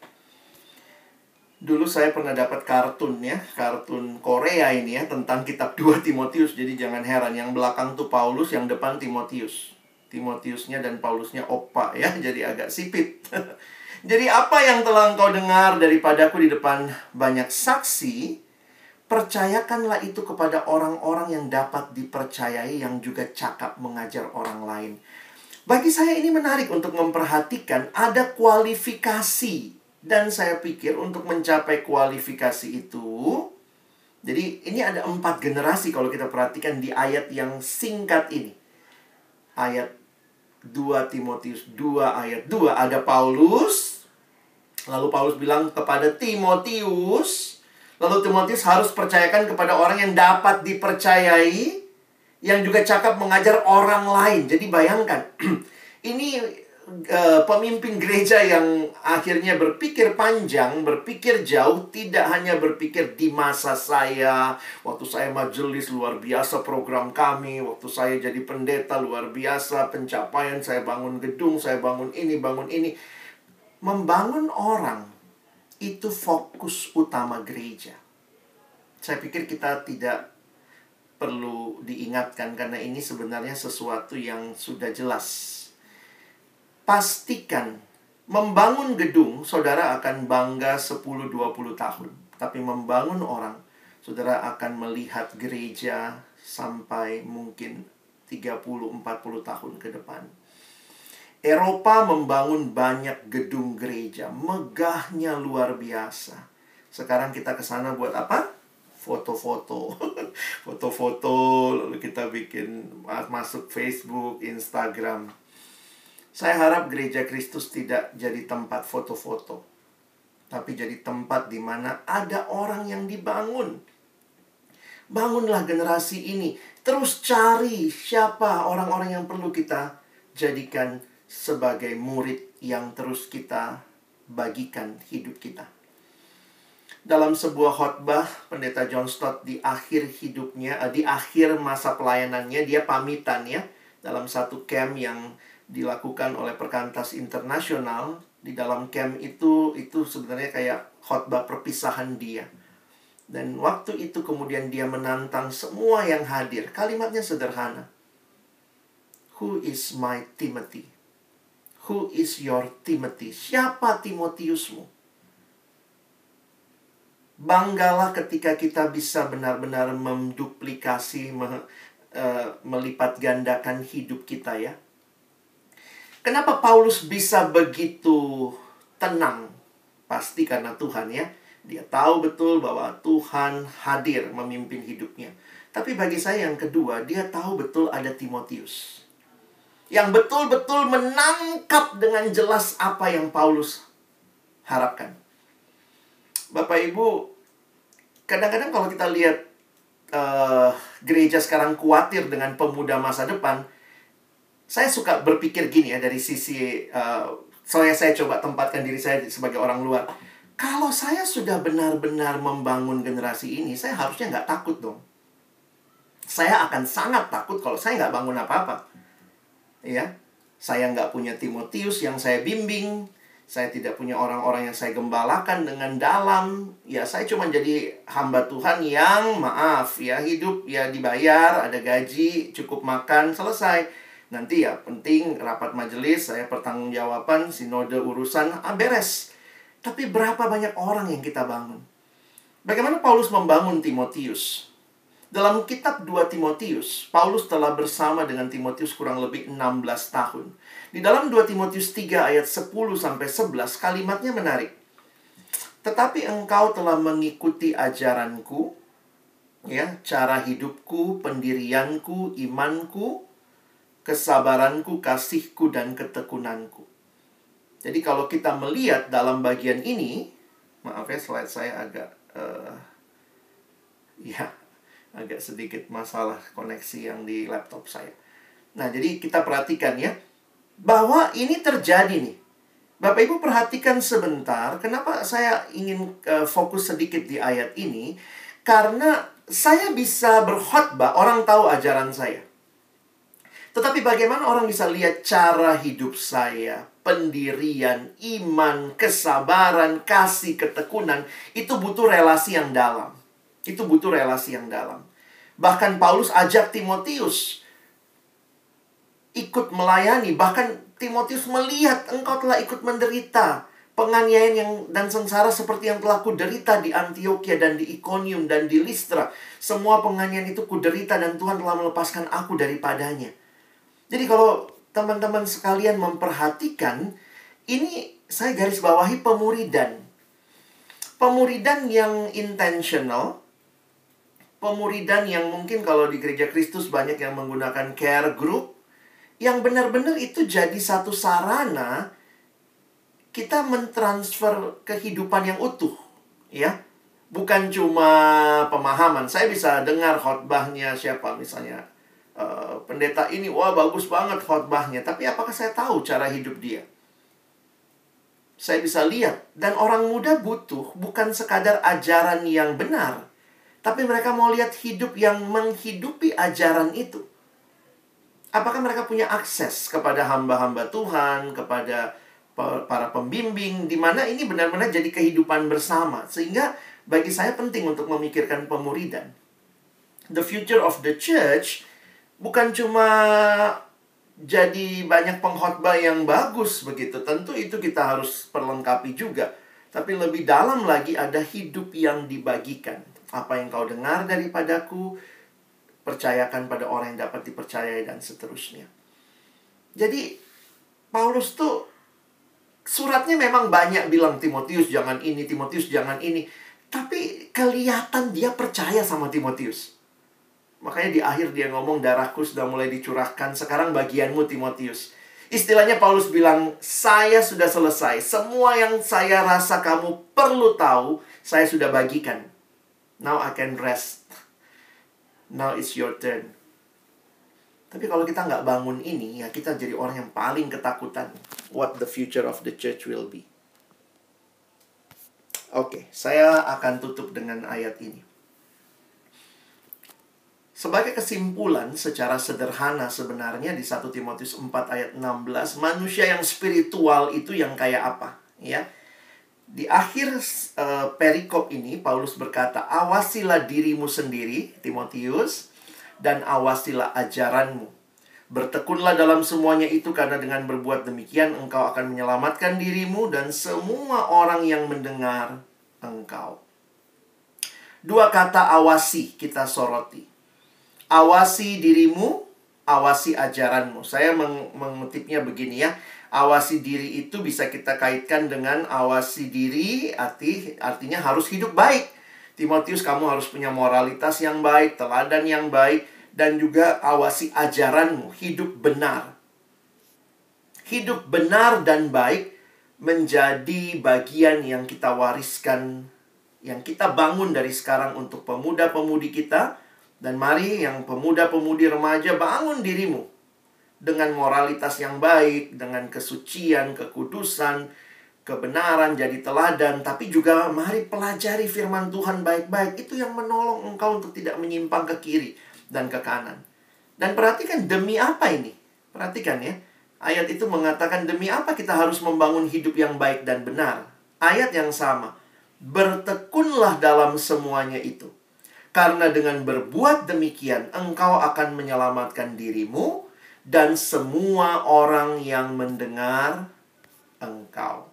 Dulu saya pernah dapat kartun ya, kartun Korea ini ya, tentang kitab dua Timotius. Jadi jangan heran, yang belakang tuh Paulus, yang depan Timotius. Timotiusnya dan Paulusnya opa ya, jadi agak sipit. Jadi apa yang telah engkau dengar daripadaku di depan banyak saksi, Percayakanlah itu kepada orang-orang yang dapat dipercayai, yang juga cakap mengajar orang lain. Bagi saya ini menarik untuk memperhatikan ada kualifikasi. Dan saya pikir untuk mencapai kualifikasi itu, jadi ini ada empat generasi kalau kita perhatikan di ayat yang singkat ini. Ayat dua Timotius dua ayat dua, ada Paulus. Lalu Paulus bilang kepada Timotius, lalu Timotius harus percayakan kepada orang yang dapat dipercayai, yang juga cakap mengajar orang lain. Jadi bayangkan, ini uh, pemimpin gereja yang akhirnya berpikir panjang, berpikir jauh, tidak hanya berpikir di masa saya, waktu saya majelis luar biasa program kami, waktu saya jadi pendeta luar biasa pencapaian, saya bangun gedung, saya bangun ini, bangun ini. Membangun orang itu fokus utama gereja. Saya pikir kita tidak perlu diingatkan karena ini sebenarnya sesuatu yang sudah jelas. Pastikan membangun gedung, saudara akan bangga sepuluh dua puluh tahun. Tapi membangun orang, saudara akan melihat gereja sampai mungkin tiga puluh empat puluh tahun ke depan. Eropa membangun banyak gedung gereja, megahnya luar biasa. Sekarang kita ke sana buat apa? Foto-foto. Foto-foto, lalu kita bikin masuk Facebook, Instagram. Saya harap gereja Kristus tidak jadi tempat foto-foto, tapi jadi tempat di mana ada orang yang dibangun. Bangunlah generasi ini. Terus cari siapa orang-orang yang perlu kita jadikan sebagai murid yang terus kita bagikan hidup kita. Dalam sebuah khotbah, Pendeta John Stott di akhir hidupnya, di akhir masa pelayanannya, dia pamitan ya, dalam satu camp yang dilakukan oleh Perkantas Internasional. Di dalam camp itu, itu sebenarnya kayak khotbah perpisahan dia. Dan waktu itu kemudian dia menantang semua yang hadir. Kalimatnya sederhana. Who is my Timothy? Who is your Timothy? Siapa Timotiusmu? Banggalah ketika kita bisa benar-benar menduplikasi, me, uh, melipat gandakan hidup kita ya. Kenapa Paulus bisa begitu tenang? Pasti karena Tuhan ya. Dia tahu betul bahwa Tuhan hadir memimpin hidupnya. Tapi bagi saya yang kedua, dia tahu betul ada Timotius. Yang betul-betul menangkap dengan jelas apa yang Paulus harapkan. Bapak Ibu, kadang-kadang kalau kita lihat uh, gereja sekarang khawatir dengan pemuda masa depan, saya suka berpikir gini ya, dari sisi uh, saya, saya coba tempatkan diri saya sebagai orang luar. Kalau saya sudah benar-benar membangun generasi ini, saya harusnya nggak takut dong. Saya akan sangat takut kalau saya nggak bangun apa-apa. Ya, saya nggak punya Timotius yang saya bimbing, saya tidak punya orang-orang yang saya gembalakan dengan dalam. Ya, saya cuma jadi hamba Tuhan yang maaf ya, hidup ya dibayar, ada gaji, cukup makan, selesai. Nanti ya penting rapat majelis, saya pertanggungjawaban, sinode urusan, ah, beres. Tapi berapa banyak orang yang kita bangun? Bagaimana Paulus membangun Timotius? Dalam kitab dua Timotius, Paulus telah bersama dengan Timotius kurang lebih enam belas tahun. Di dalam dua Timotius tiga ayat sepuluh sampai sebelas, kalimatnya menarik. Tetapi engkau telah mengikuti ajaranku, ya, cara hidupku, pendirianku, imanku, kesabaranku, kasihku, dan ketekunanku. Jadi kalau kita melihat dalam bagian ini, maaf ya, slide saya agak uh, ya agak sedikit masalah koneksi yang di laptop saya. Nah, jadi kita perhatikan ya, bahwa ini terjadi nih. Bapak Ibu perhatikan sebentar, kenapa saya ingin uh, fokus sedikit di ayat ini? Karena saya bisa berkhotbah, orang tahu ajaran saya. Tetapi bagaimana orang bisa lihat cara hidup saya, pendirian, iman, kesabaran, kasih, ketekunan, itu butuh relasi yang dalam. Itu butuh relasi yang dalam. Bahkan Paulus ajak Timotius ikut melayani. Bahkan Timotius melihat engkau telah ikut menderita. penganiayaan yang dan sengsara seperti yang telah kuderita di Antioquia dan di Iconium dan di Listra. Semua penganiayaan itu kuderita dan Tuhan telah melepaskan aku daripadanya. Jadi kalau teman-teman sekalian memperhatikan, ini saya garis bawahi pemuridan. Pemuridan yang intentional, pemuridan yang mungkin kalau di Gereja Kristus banyak yang menggunakan care group, yang benar-benar itu jadi satu sarana kita mentransfer kehidupan yang utuh, ya. Bukan cuma pemahaman. Saya bisa dengar khotbahnya siapa misalnya, uh, pendeta ini, wah bagus banget khotbahnya, tapi apakah saya tahu cara hidup dia? Saya bisa lihat, dan orang muda butuh bukan sekadar ajaran yang benar, tapi mereka mau lihat hidup yang menghidupi ajaran itu. Apakah mereka punya akses kepada hamba-hamba Tuhan, kepada para pembimbing, di mana ini benar-benar jadi kehidupan bersama. Sehingga bagi saya penting untuk memikirkan pemuridan. The future of the church bukan cuma jadi banyak pengkhotbah yang bagus begitu. Tentu itu kita harus perlengkapi juga. Tapi lebih dalam lagi ada hidup yang dibagikan. Apa yang kau dengar daripadaku, percayakan pada orang yang dapat dipercayai, dan seterusnya. Jadi Paulus tuh suratnya memang banyak bilang Timotius jangan ini, Timotius jangan ini. Tapi kelihatan dia percaya sama Timotius. Makanya di akhir dia ngomong, darahku sudah mulai dicurahkan, sekarang bagianmu Timotius. Istilahnya Paulus bilang, saya sudah selesai. Semua yang saya rasa kamu perlu tahu, saya sudah bagikan. Now I can rest. Now it's your turn. Tapi kalau kita nggak bangun ini, ya kita jadi orang yang paling ketakutan. What the future of the church will be. Oke, saya akan tutup dengan ayat ini. Sebagai kesimpulan secara sederhana sebenarnya di satu Timotius empat ayat enam belas, manusia yang spiritual itu yang kayak apa? Ya. Di akhir uh, perikop ini, Paulus berkata, awasilah dirimu sendiri, Timotius, dan awasilah ajaranmu. Bertekunlah dalam semuanya itu, karena dengan berbuat demikian engkau akan menyelamatkan dirimu dan semua orang yang mendengar engkau. Dua kata awasi kita soroti. Awasi dirimu, awasi ajaranmu. Saya meng mengutipnya begini ya. Awasi diri itu bisa kita kaitkan dengan awasi diri, arti, artinya harus hidup baik. Timotius, kamu harus punya moralitas yang baik, teladan yang baik, dan juga awasi ajaranmu, hidup benar. Hidup benar dan baik menjadi bagian yang kita wariskan, yang kita bangun dari sekarang untuk pemuda-pemudi kita. Dan mari yang pemuda-pemudi remaja, bangun dirimu dengan moralitas yang baik, dengan kesucian, kekudusan, kebenaran, jadi teladan. Tapi juga mari pelajari firman Tuhan baik-baik. Itu yang menolong engkau untuk tidak menyimpang ke kiri dan ke kanan. Dan perhatikan demi apa ini? Perhatikan ya. Ayat itu mengatakan demi apa kita harus membangun hidup yang baik dan benar. Ayat yang sama. Bertekunlah dalam semuanya itu. Karena dengan berbuat demikian, engkau akan menyelamatkan dirimu dan semua orang yang mendengar engkau.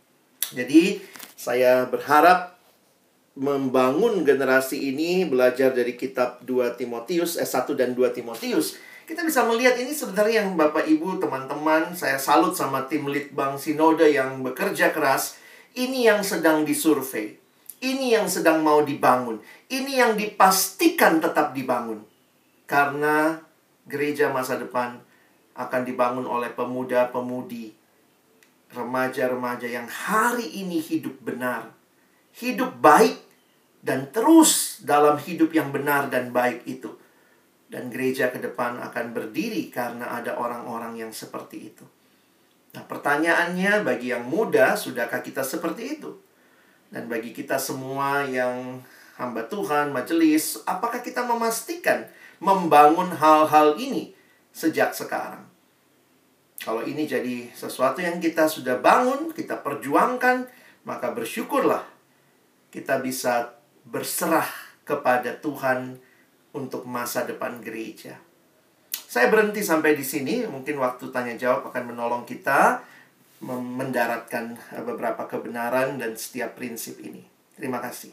Jadi, saya berharap membangun generasi ini belajar dari kitab dua Timotius, eh, satu dan dua Timotius. Kita bisa melihat ini sebenarnya yang Bapak Ibu, teman-teman, saya salut sama tim Litbang Sinode yang bekerja keras. Ini yang sedang disurvei. Ini yang sedang mau dibangun. Ini yang dipastikan tetap dibangun. Karena gereja masa depan akan dibangun oleh pemuda-pemudi, remaja-remaja yang hari ini hidup benar, hidup baik, dan terus dalam hidup yang benar dan baik itu. Dan gereja ke depan akan berdiri karena ada orang-orang yang seperti itu. Nah, pertanyaannya bagi yang muda, sudahkah kita seperti itu? Dan bagi kita semua yang hamba Tuhan, majelis, apakah kita memastikan membangun hal-hal ini sejak sekarang? Kalau ini jadi sesuatu yang kita sudah bangun, kita perjuangkan, maka bersyukurlah kita bisa berserah kepada Tuhan untuk masa depan gereja. Saya berhenti sampai di sini. Mungkin waktu tanya jawab akan menolong kita. mendaratkan beberapa kebenaran dan setiap prinsip ini. Terima kasih.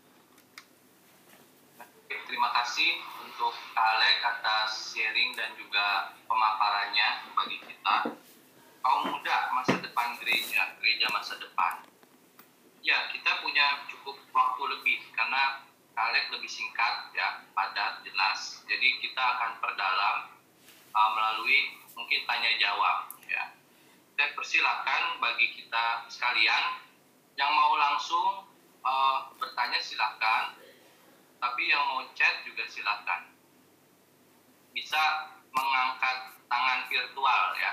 Terima kasih untuk Kak Alex atas sharing dan juga pemaparannya bagi kita. Kaum muda masa depan gereja, gereja masa depan. Ya, kita punya cukup waktu lebih karena Kak Alex lebih singkat, ya, padat, jelas. Jadi kita akan perdalam uh, melalui mungkin tanya jawab, ya. Dan persilakan bagi kita sekalian yang mau langsung uh, bertanya silakan, tapi yang mau chat juga silakan. Bisa mengangkat tangan virtual, ya.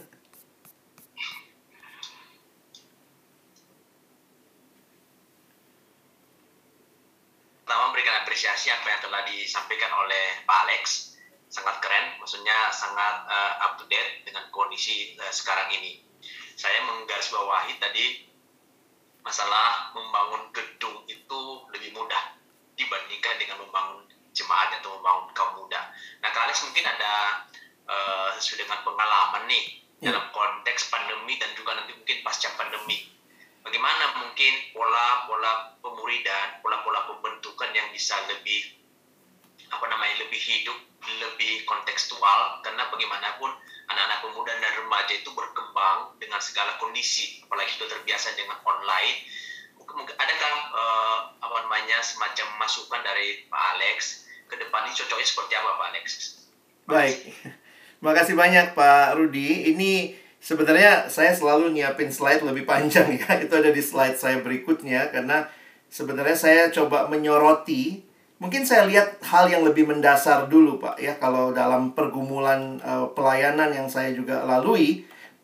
Pertama, memberikan apresiasi apa yang telah disampaikan oleh Pak Alex. Sangat keren, maksudnya sangat uh, up to date dengan kondisi uh, sekarang ini. Saya menggarisbawahi tadi masalah membangun gedung itu lebih mudah dibandingkan dengan membangun jemaat atau membangun kaum muda. Nah, Kak Alex mungkin ada uh, sesuai dengan pengalaman nih ya. Dalam konteks pandemi dan juga nanti mungkin pasca pandemi. Bagaimana mungkin pola-pola pemuridan, pola-pola pembentukan yang bisa lebih apa namanya lebih hidup, lebih kontekstual, karena bagaimanapun anak-anak pemuda dan remaja itu berkembang dengan segala kondisi, apalagi sudah terbiasa dengan online. Adakah uh, apa namanya semacam masukan dari Pak Alex ke depan ini cocoknya seperti apa, Pak Alex? Baik, makasih banyak Pak Rudi. Ini sebenarnya saya selalu nyiapin slide lebih panjang ya. Itu ada di slide saya berikutnya, karena sebenarnya saya coba menyoroti. Mungkin saya lihat hal yang lebih mendasar dulu, Pak, ya. Kalau dalam pergumulan uh, pelayanan yang saya juga lalui,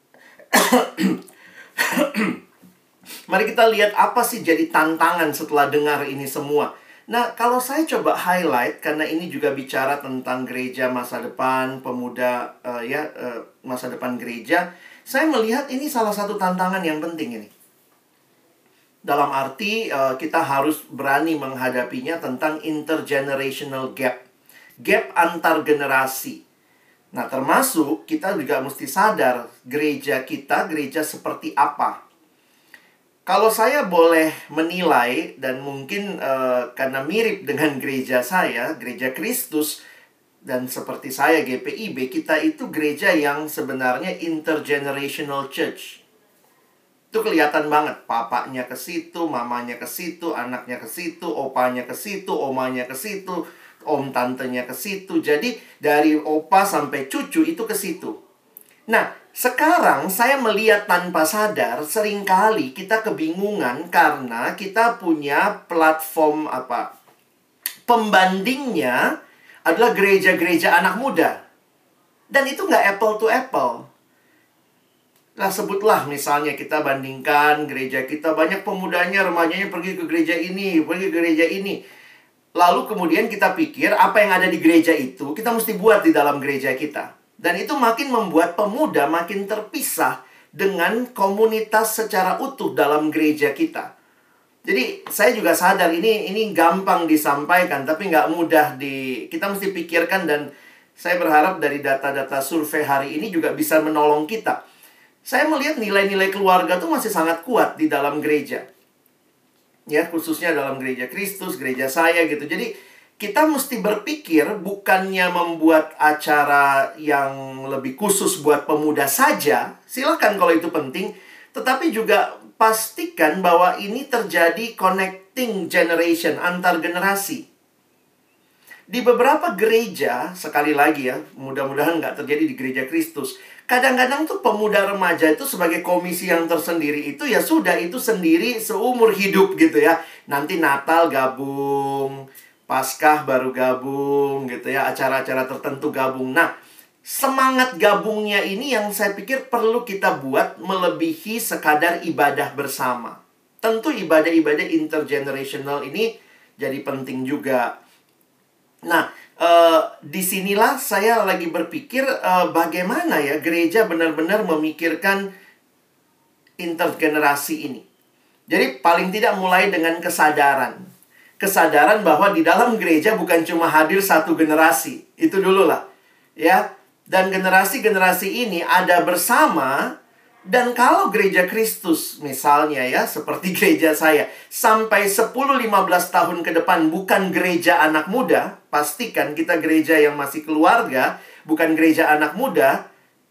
mari kita lihat apa sih jadi tantangan setelah dengar ini semua. Nah, kalau saya coba highlight, karena ini juga bicara tentang gereja masa depan, pemuda, uh, ya, uh, masa depan gereja, saya melihat ini salah satu tantangan yang penting ini. Dalam arti uh, kita harus berani menghadapinya tentang intergenerational gap. Gap antar generasi. Nah, termasuk kita juga mesti sadar gereja kita, gereja seperti apa. Kalau saya boleh menilai, dan mungkin uh, karena mirip dengan gereja saya, gereja Kristus, dan seperti saya G P I B, kita itu gereja yang sebenarnya intergenerational church. Itu kelihatan banget, papanya ke situ, mamanya ke situ, anaknya ke situ, opanya ke situ, omanya ke situ, om tantenya ke situ. Jadi dari opa sampai cucu itu ke situ. Nah, sekarang saya melihat tanpa sadar seringkali kita kebingungan karena kita punya platform apa? Pembandingnya adalah gereja-gereja anak muda. Dan itu nggak apple to apple. Nah, sebutlah misalnya kita bandingkan gereja kita, banyak pemudanya, remajanya pergi ke gereja ini, pergi ke gereja ini. Lalu kemudian kita pikir apa yang ada di gereja itu, kita mesti buat di dalam gereja kita. Dan itu makin membuat pemuda makin terpisah dengan komunitas secara utuh dalam gereja kita. Jadi saya juga sadar ini ini gampang disampaikan, tapi nggak mudah di kita mesti pikirkan. Dan saya berharap dari data-data survei hari ini juga bisa menolong kita. Saya melihat nilai-nilai keluarga tuh masih sangat kuat di dalam gereja. Ya, khususnya dalam gereja Kristus, gereja saya gitu. Jadi, kita mesti berpikir bukannya membuat acara yang lebih khusus buat pemuda saja. Silakan kalau itu penting. Tetapi juga pastikan bahwa ini terjadi connecting generation, antar generasi. Di beberapa gereja, sekali lagi ya, mudah-mudahan nggak terjadi di gereja Kristus. Kadang-kadang tuh pemuda remaja itu sebagai komisi yang tersendiri itu ya sudah itu sendiri seumur hidup gitu ya. Nanti Natal gabung, Paskah baru gabung gitu ya, acara-acara tertentu gabung. Nah, semangat gabungnya ini yang saya pikir perlu kita buat melebihi sekadar ibadah bersama. Tentu ibadah-ibadah intergenerational ini jadi penting juga. Nah, Uh, disinilah saya lagi berpikir uh, bagaimana ya gereja benar-benar memikirkan intergenerasi ini. Jadi paling tidak mulai dengan kesadaran. Kesadaran bahwa di dalam gereja bukan cuma hadir satu generasi. Itu dulu lah. Ya. Dan generasi-generasi ini ada bersama Dan kalau gereja Kristus misalnya ya, seperti gereja saya, sampai sepuluh sampai lima belas tahun ke depan bukan gereja anak muda, pastikan kita gereja yang masih keluarga, bukan gereja anak muda,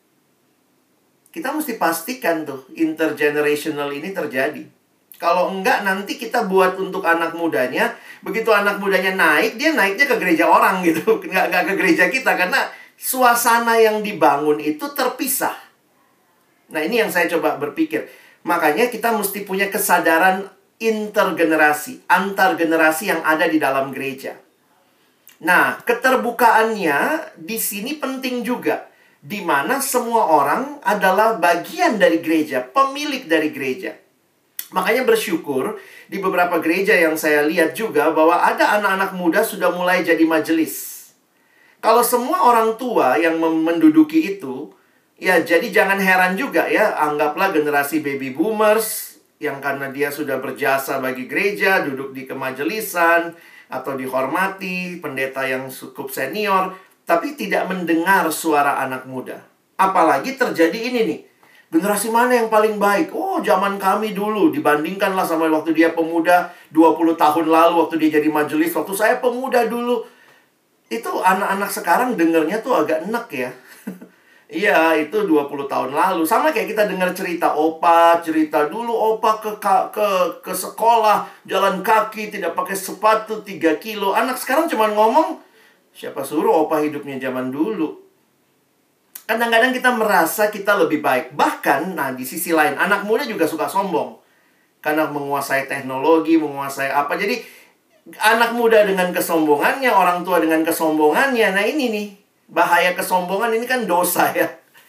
kita mesti pastikan tuh intergenerational ini terjadi. Kalau enggak, nanti kita buat untuk anak mudanya, begitu anak mudanya naik, dia naiknya ke gereja orang gitu, nggak, nggak ke gereja kita, karena suasana yang dibangun itu terpisah. Nah, ini yang saya coba berpikir. Makanya kita mesti punya kesadaran intergenerasi, antar generasi yang ada di dalam gereja. Nah, keterbukaannya di sini penting juga, di mana semua orang adalah bagian dari gereja, pemilik dari gereja. Makanya bersyukur di beberapa gereja yang saya lihat juga bahwa ada anak-anak muda sudah mulai jadi majelis. Kalau semua orang tua yang menduduki itu, ya jadi jangan heran juga ya, anggaplah generasi baby boomers yang karena dia sudah berjasa bagi gereja, duduk di kemajelisan atau dihormati, pendeta yang cukup senior, tapi tidak mendengar suara anak muda. Apalagi terjadi ini nih, generasi mana yang paling baik? Oh, zaman kami dulu, dibandingkanlah sama waktu dia pemuda dua puluh tahun lalu, waktu dia jadi majelis, waktu saya pemuda dulu. Itu anak-anak sekarang dengernya tuh agak enak ya. Iya, itu dua puluh tahun lalu. Sama kayak kita dengar cerita opa, cerita dulu opa ke ke ke sekolah, jalan kaki, tidak pakai sepatu, tiga kilo. Anak sekarang cuma ngomong, siapa suruh opa hidupnya zaman dulu. Kadang-kadang kita merasa kita lebih baik. Bahkan, nah di sisi lain, anak muda juga suka sombong. Karena menguasai teknologi, menguasai apa. Jadi, anak muda dengan kesombongannya, orang tua dengan kesombongannya. Nah ini nih, bahaya kesombongan ini kan dosa ya.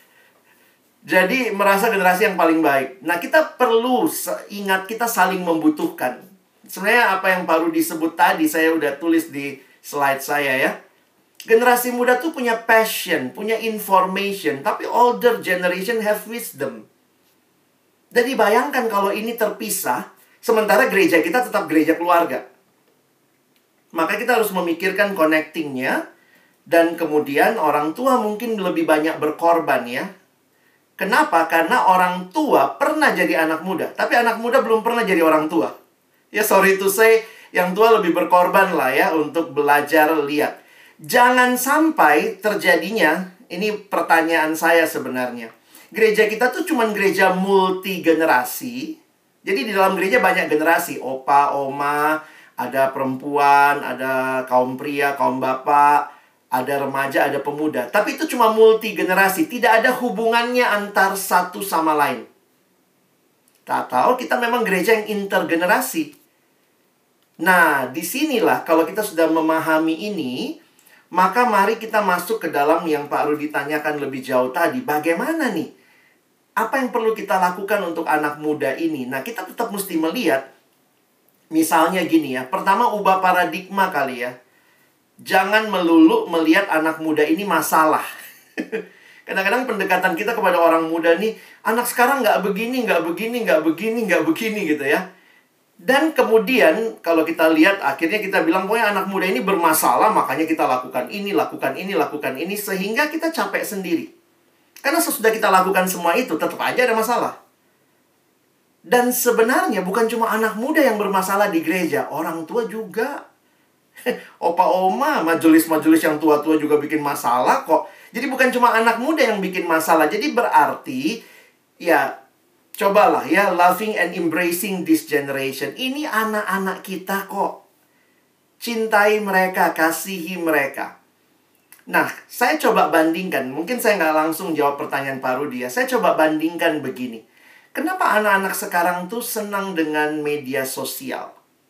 Jadi merasa generasi yang paling baik. Nah kita perlu ingat kita saling membutuhkan. Sebenarnya apa yang baru disebut tadi saya udah tulis di slide saya ya. Generasi muda tuh punya passion, punya information, tapi older generation have wisdom. Jadi bayangkan kalau ini terpisah, sementara gereja kita tetap gereja keluarga. Maka kita harus memikirkan connectingnya. Dan kemudian orang tua mungkin lebih banyak berkorban ya. Kenapa? Karena orang tua pernah jadi anak muda, tapi anak muda belum pernah jadi orang tua. Ya sorry to say, yang tua lebih berkorban lah ya untuk belajar lihat. Jangan sampai terjadinya, ini pertanyaan saya sebenarnya. Gereja kita tuh cuman gereja multi generasi. Jadi di dalam gereja banyak generasi, opa, oma, ada perempuan, ada kaum pria, kaum bapak, ada remaja, ada pemuda. Tapi itu cuma multi generasi. Tidak ada hubungannya antar satu sama lain. Atau kita memang gereja yang intergenerasi. Nah, disinilah kalau kita sudah memahami ini, maka mari kita masuk ke dalam yang Pak Rudi tanyakan lebih jauh tadi. Bagaimana nih? Apa yang perlu kita lakukan untuk anak muda ini? Nah, kita tetap mesti melihat. Misalnya gini ya. Pertama, ubah paradigma kali ya. Jangan melulu melihat anak muda ini masalah. Kadang-kadang pendekatan kita kepada orang muda nih, anak sekarang nggak begini, nggak begini, nggak begini, nggak begini gitu ya. Dan kemudian kalau kita lihat akhirnya kita bilang, pokoknya anak muda ini bermasalah, makanya kita lakukan ini, lakukan ini, lakukan ini, sehingga kita capek sendiri. Karena sesudah kita lakukan semua itu, tetap aja ada masalah. Dan sebenarnya bukan cuma anak muda yang bermasalah di gereja, orang tua juga. Opa oma, majelis-majelis yang tua-tua juga bikin masalah kok. Jadi bukan cuma anak muda yang bikin masalah. Jadi berarti, ya cobalah ya, loving and embracing this generation. Ini anak-anak kita kok. Cintai mereka, kasihi mereka. Nah, saya coba bandingkan. Mungkin saya nggak langsung jawab pertanyaan Pak Rudi ya. Saya coba bandingkan begini. Kenapa anak-anak sekarang tuh senang dengan media sosial?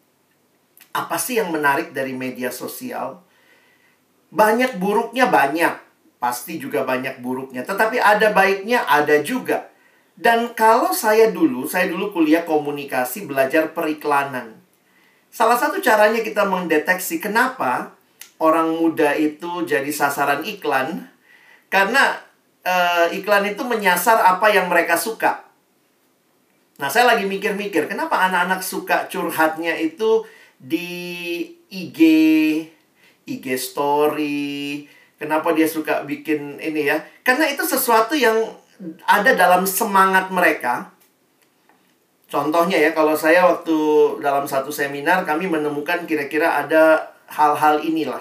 Apa sih yang menarik dari media sosial? Banyak buruknya banyak. Pasti juga banyak buruknya. Tetapi ada baiknya ada juga. Dan kalau saya dulu, saya dulu kuliah komunikasi, belajar periklanan. Salah satu caranya kita mendeteksi kenapa orang muda itu jadi sasaran iklan. Karena uh, iklan itu menyasar apa yang mereka suka. Nah, saya lagi mikir-mikir, kenapa anak-anak suka curhatnya itu di I G, I G story. Kenapa dia suka bikin ini ya? Karena itu sesuatu yang ada dalam semangat mereka. Contohnya ya, kalau saya waktu dalam satu seminar, kami menemukan kira-kira ada hal-hal inilah.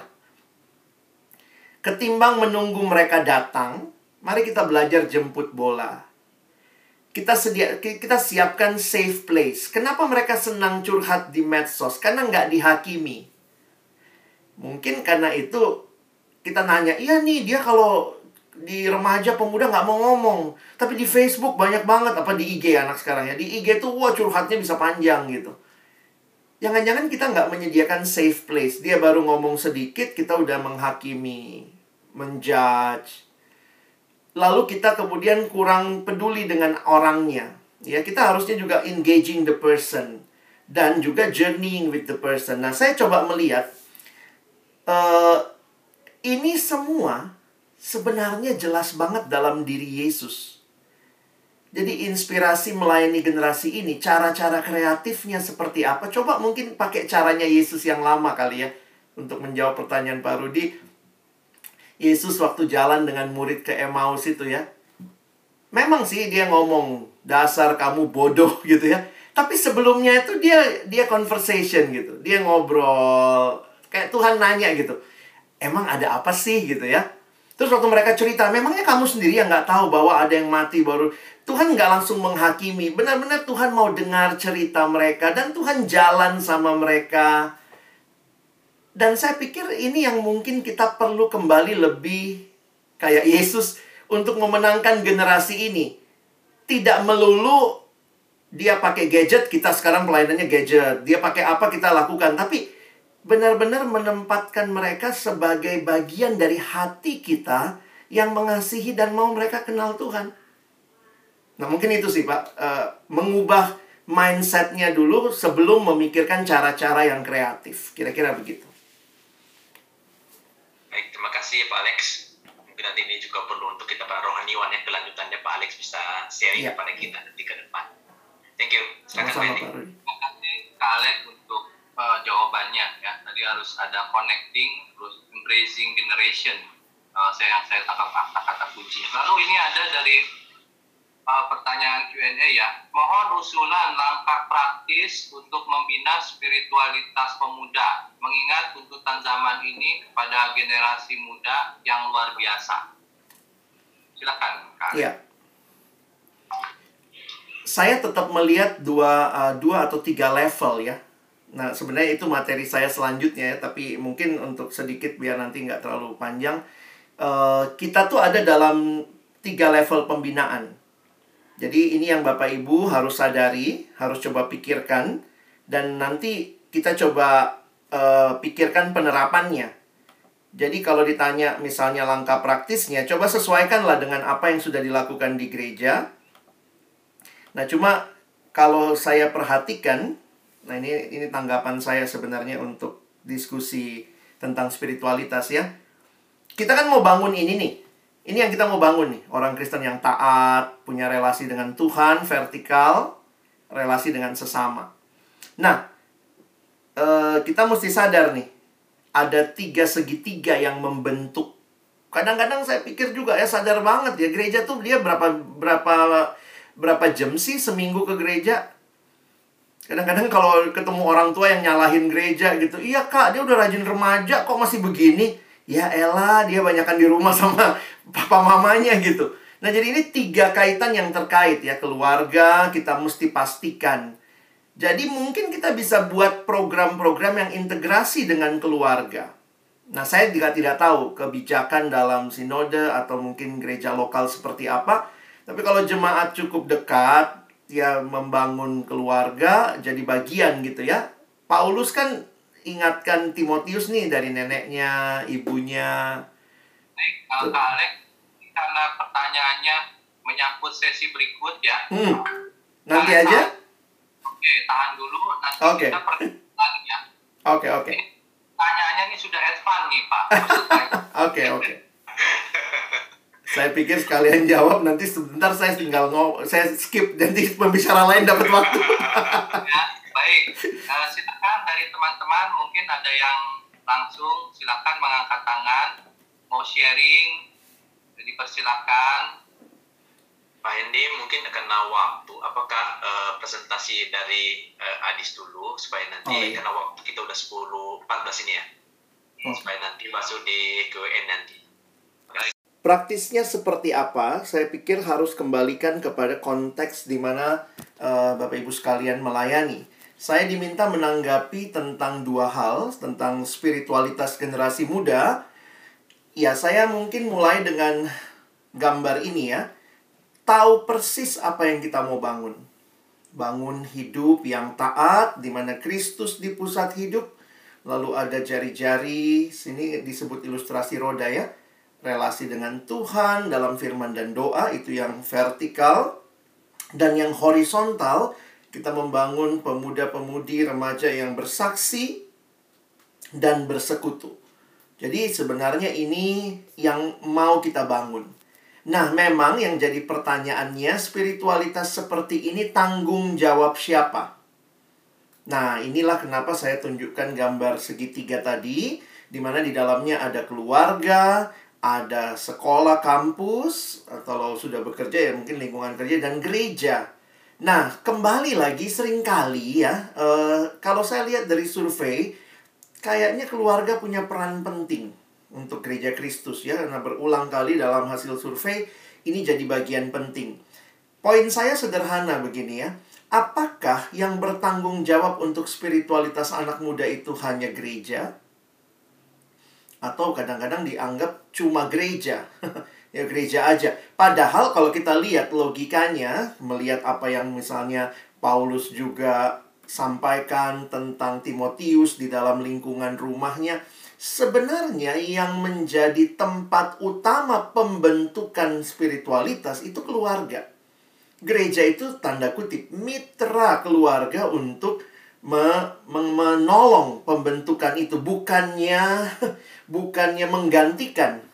Ketimbang menunggu mereka datang, mari kita belajar jemput bola. Kita sedia, kita siapkan safe place. Kenapa mereka senang curhat di medsos? Karena nggak dihakimi. Mungkin karena itu kita nanya, iya nih dia kalau di remaja pemuda nggak mau ngomong, tapi di Facebook banyak banget, apa di I G anak sekarang ya, di I G tuh wah curhatnya bisa panjang gitu. Jangan-jangan kita nggak menyediakan safe place. Dia baru ngomong sedikit, kita udah menghakimi, menjudge. Lalu kita kemudian kurang peduli dengan orangnya. Ya, kita harusnya juga engaging the person dan juga journeying with the person. Nah, saya coba melihat uh, ini semua sebenarnya jelas banget dalam diri Yesus. Jadi inspirasi melayani generasi ini, cara-cara kreatifnya seperti apa? Coba mungkin pakai caranya Yesus yang lama kali ya, untuk menjawab pertanyaan Pak Rudi. Yesus waktu jalan dengan murid ke Emmaus itu ya, memang sih dia ngomong, dasar kamu bodoh gitu ya. Tapi sebelumnya itu dia dia conversation gitu, dia ngobrol, kayak Tuhan nanya gitu, emang ada apa sih gitu ya. Terus waktu mereka cerita, memangnya kamu sendiri yang nggak tahu bahwa ada yang mati baru. Tuhan nggak langsung menghakimi. Benar-benar Tuhan mau dengar cerita mereka. Dan Tuhan jalan sama mereka. Dan saya pikir ini yang mungkin kita perlu kembali lebih kayak Yesus untuk memenangkan generasi ini. Tidak melulu dia pakai gadget, kita sekarang pelayanannya gadget. Dia pakai apa, kita lakukan. Tapi benar-benar menempatkan mereka sebagai bagian dari hati kita yang mengasihi dan mau mereka kenal Tuhan. Nah, mungkin itu sih, Pak. Uh, mengubah mindset-nya dulu sebelum memikirkan cara-cara yang kreatif. Kira-kira begitu. Baik, terima kasih Pak Alex. Mungkin nanti ini juga perlu untuk kita para rohaniwan yang kelanjutannya Pak Alex bisa sharing Ya. kepada kita nanti ke depan. Thank you. Silakan Pak Sama-sama, Edi. Pak Rudi. Terima kasih Kak Alex untuk uh, jawabannya ya. Tadi harus ada connecting, terus embracing generation. Uh, saya yang saya tangkap kata-kata kunci. Lalu ini ada dari uh, pertanyaan Q and A ya. Mohon usulan langkah praktis untuk membina spiritualitas pemuda, mengingat tuntutan zaman ini kepada generasi muda yang luar biasa. Silakan Kak Alex. Iya. Saya tetap melihat dua, uh, dua atau tiga level ya. Nah, sebenarnya itu materi saya selanjutnya ya. Tapi mungkin untuk sedikit biar nanti nggak terlalu panjang. Uh, kita tuh ada dalam tiga level pembinaan. Jadi ini yang Bapak Ibu harus sadari, harus coba pikirkan. Dan nanti kita coba uh, pikirkan penerapannya. Jadi kalau ditanya misalnya langkah praktisnya, coba sesuaikanlah dengan apa yang sudah dilakukan di gereja. Nah, cuma kalau saya perhatikan, nah ini ini tanggapan saya sebenarnya untuk diskusi tentang spiritualitas ya. Kita kan mau bangun ini nih. Ini yang kita mau bangun nih. Orang Kristen yang taat, punya relasi dengan Tuhan, vertikal, relasi dengan sesama. Nah, eh, kita mesti sadar nih. Ada tiga segitiga yang membentuk. Kadang-kadang saya pikir juga ya, sadar banget ya. Gereja tuh dia berapa berapa berapa jam sih seminggu ke gereja? Kadang-kadang kalau ketemu orang tua yang nyalahin gereja gitu, iya kak, dia udah rajin remaja, kok masih begini? Ya elah, dia banyakan di rumah sama papa mamanya gitu. Nah, jadi ini tiga kaitan yang terkait ya. Keluarga, kita mesti pastikan. Jadi mungkin kita bisa buat program-program yang integrasi dengan keluarga. Nah, saya juga tidak tahu kebijakan dalam sinode atau mungkin gereja lokal seperti apa. Tapi kalau jemaat cukup dekat, ya membangun keluarga jadi bagian gitu ya. Paulus kan ingatkan Timotius nih dari neneknya, ibunya. Baik, uh, Kak Alex, karena pertanyaannya menyangkut sesi berikut ya. Hmm. Nanti Kak Alex, aja? Oke, tahan dulu, nanti Oke. kita perkenalan ya. Oke, oke. Ini pertanyaannya ini sudah advance nih Pak. Oke, oke. Saya pikir sekalian jawab, nanti sebentar saya tinggal ngomong, saya skip, nanti pembicara lain dapat waktu. Ya, baik. Uh, silakan dari teman-teman, mungkin ada yang langsung, silakan mengangkat tangan, mau sharing, dipersilakan. Pak Hendy mungkin karena waktu, apakah uh, presentasi dari uh, Adis dulu supaya nanti Oh, iya. karena waktu kita udah sepuluh empat belas ini ya, Oh. supaya nanti masuk di Q and A nanti. Praktisnya seperti apa? Saya pikir harus kembalikan kepada konteks di mana uh, Bapak Ibu sekalian melayani. Saya diminta menanggapi tentang dua hal, tentang spiritualitas generasi muda. Ya, saya mungkin mulai dengan gambar ini ya. Tahu persis apa yang kita mau bangun. Bangun hidup yang taat, di mana Kristus di pusat hidup. Lalu ada jari-jari, sini disebut ilustrasi roda ya. Relasi dengan Tuhan dalam firman dan doa, itu yang vertikal. Dan yang horizontal, kita membangun pemuda-pemudi remaja yang bersaksi dan bersekutu. Jadi sebenarnya ini yang mau kita bangun. Nah, memang yang jadi pertanyaannya, spiritualitas seperti ini tanggung jawab siapa? Nah, inilah kenapa saya tunjukkan gambar segitiga tadi, di mana di dalamnya ada keluarga, ada sekolah, kampus, atau kalau sudah bekerja ya mungkin lingkungan kerja, dan gereja. Nah, kembali lagi seringkali ya, uh, kalau saya lihat dari survei, kayaknya keluarga punya peran penting untuk gereja Kristus ya, karena berulang kali dalam hasil survei ini jadi bagian penting. Poin saya sederhana begini ya. Apakah yang bertanggung jawab untuk spiritualitas anak muda itu hanya gereja? Atau kadang-kadang dianggap cuma gereja. Ya gereja aja. Padahal kalau kita lihat logikanya, melihat apa yang misalnya Paulus juga sampaikan tentang Timotius di dalam lingkungan rumahnya, sebenarnya yang menjadi tempat utama pembentukan spiritualitas itu keluarga. Gereja itu tanda kutip mitra keluarga untuk me men menolong pembentukan itu, bukannya bukannya menggantikan.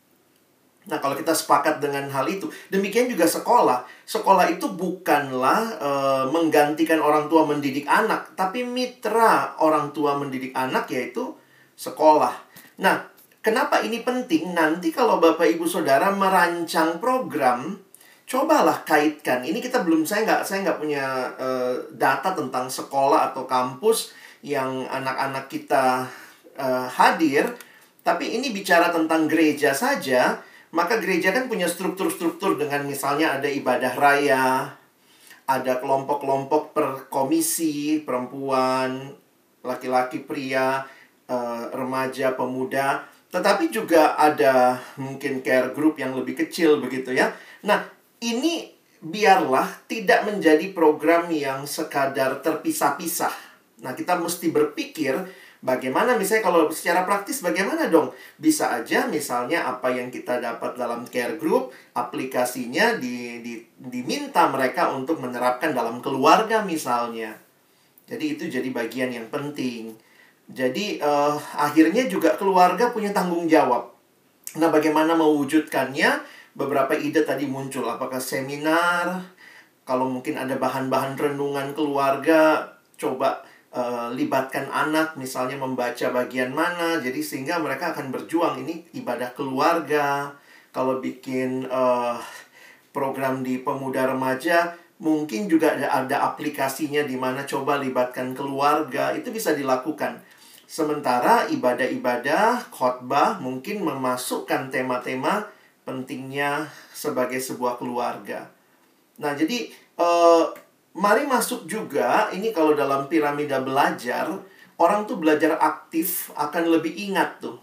Nah, kalau kita sepakat dengan hal itu, demikian juga sekolah. Sekolah itu bukanlah e, menggantikan orang tua mendidik anak, tapi mitra orang tua mendidik anak, yaitu sekolah. Nah, kenapa ini penting? Nanti kalau Bapak Ibu Saudara merancang program, cobalah kaitkan. Ini kita belum, saya nggak saya nggak punya e, data tentang sekolah atau kampus yang anak-anak kita e, hadir. Tapi ini bicara tentang gereja saja. Maka gereja kan punya struktur-struktur dengan misalnya ada ibadah raya, ada kelompok-kelompok per komisi, perempuan, laki-laki, pria, uh, remaja, pemuda. Tetapi juga ada mungkin care group yang lebih kecil begitu ya. Nah, ini biarlah tidak menjadi program yang sekadar terpisah-pisah. Nah, kita mesti berpikir bagaimana misalnya kalau secara praktis bagaimana dong? Bisa aja misalnya apa yang kita dapat dalam care group, aplikasinya di, di, diminta mereka untuk menerapkan dalam keluarga misalnya. Jadi itu jadi bagian yang penting. Jadi uh, akhirnya juga keluarga punya tanggung jawab. Nah, bagaimana mewujudkannya? Beberapa ide tadi muncul. Apakah seminar? Kalau mungkin ada bahan-bahan renungan keluarga, coba Uh, libatkan anak misalnya membaca bagian mana, jadi sehingga mereka akan berjuang. Ini ibadah keluarga. Kalau bikin uh, program di pemuda remaja, mungkin juga ada, ada aplikasinya di mana coba libatkan keluarga. Itu bisa dilakukan. Sementara ibadah-ibadah khotbah mungkin memasukkan tema-tema pentingnya sebagai sebuah keluarga. Nah, jadi uh, mari masuk juga, ini kalau dalam piramida belajar, orang tuh belajar aktif akan lebih ingat tuh.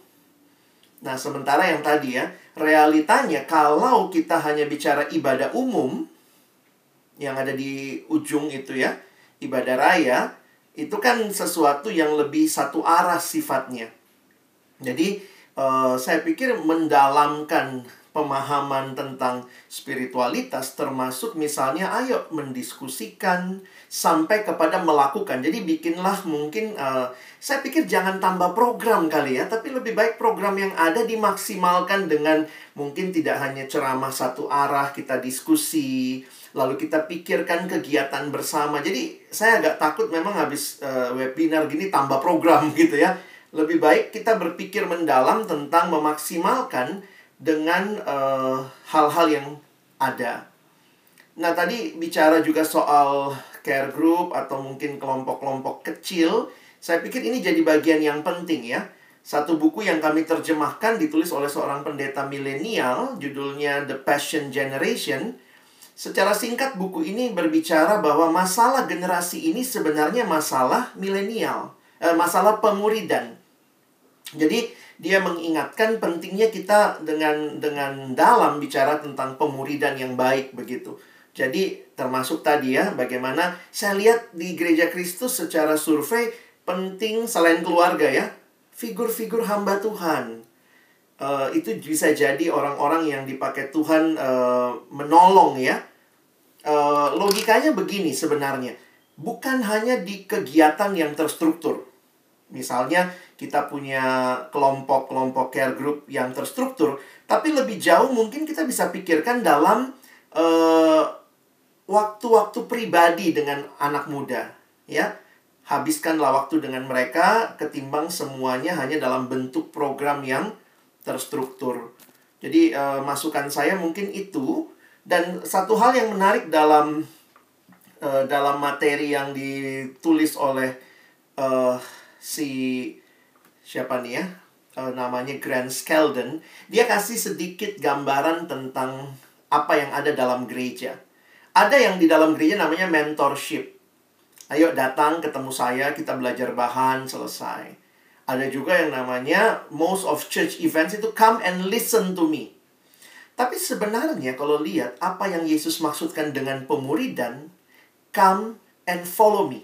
Nah, sementara yang tadi ya, realitanya kalau kita hanya bicara ibadah umum, yang ada di ujung itu ya, ibadah raya, itu kan sesuatu yang lebih satu arah sifatnya. Jadi, uh, saya pikir mendalamkan pemahaman tentang spiritualitas termasuk misalnya ayo mendiskusikan sampai kepada melakukan. Jadi bikinlah mungkin uh, saya pikir jangan tambah program kali ya, tapi lebih baik program yang ada dimaksimalkan dengan mungkin tidak hanya ceramah satu arah, kita diskusi, lalu kita pikirkan kegiatan bersama. Jadi saya agak takut memang habis uh, webinar gini tambah program gitu ya. Lebih baik kita berpikir mendalam tentang memaksimalkan dengan hal-hal uh, yang ada. Nah, tadi bicara juga soal care group atau mungkin kelompok-kelompok kecil. Saya pikir ini jadi bagian yang penting ya. Satu buku yang kami terjemahkan ditulis oleh seorang pendeta milenial, judulnya The Passion Generation. Secara singkat buku ini berbicara bahwa masalah generasi ini sebenarnya masalah milenial, eh, masalah pemuridan. Jadi dia mengingatkan pentingnya kita dengan dengan dalam bicara tentang pemuridan yang baik begitu. Jadi termasuk tadi ya, bagaimana saya lihat di Gereja Kristus secara survei penting selain keluarga ya, figur-figur hamba Tuhan. Uh, itu bisa jadi orang-orang yang dipakai Tuhan uh, menolong ya. Uh, logikanya begini sebenarnya. Bukan hanya di kegiatan yang terstruktur. Misalnya kita punya kelompok-kelompok care group yang terstruktur. Tapi lebih jauh mungkin kita bisa pikirkan dalam uh, waktu-waktu pribadi dengan anak muda. Ya. Habiskanlah waktu dengan mereka ketimbang semuanya hanya dalam bentuk program yang terstruktur. Jadi uh, masukan saya mungkin itu. Dan satu hal yang menarik dalam uh, dalam materi yang ditulis oleh uh, si siapa nih ya, uh, namanya Grant Skeldon, dia kasih sedikit gambaran tentang apa yang ada dalam gereja. Ada yang di dalam gereja namanya mentorship. Ayo datang ketemu saya, kita belajar bahan, selesai. Ada juga yang namanya most of church events itu come and listen to me. Tapi sebenarnya kalau lihat apa yang Yesus maksudkan dengan pemuridan, come and follow me.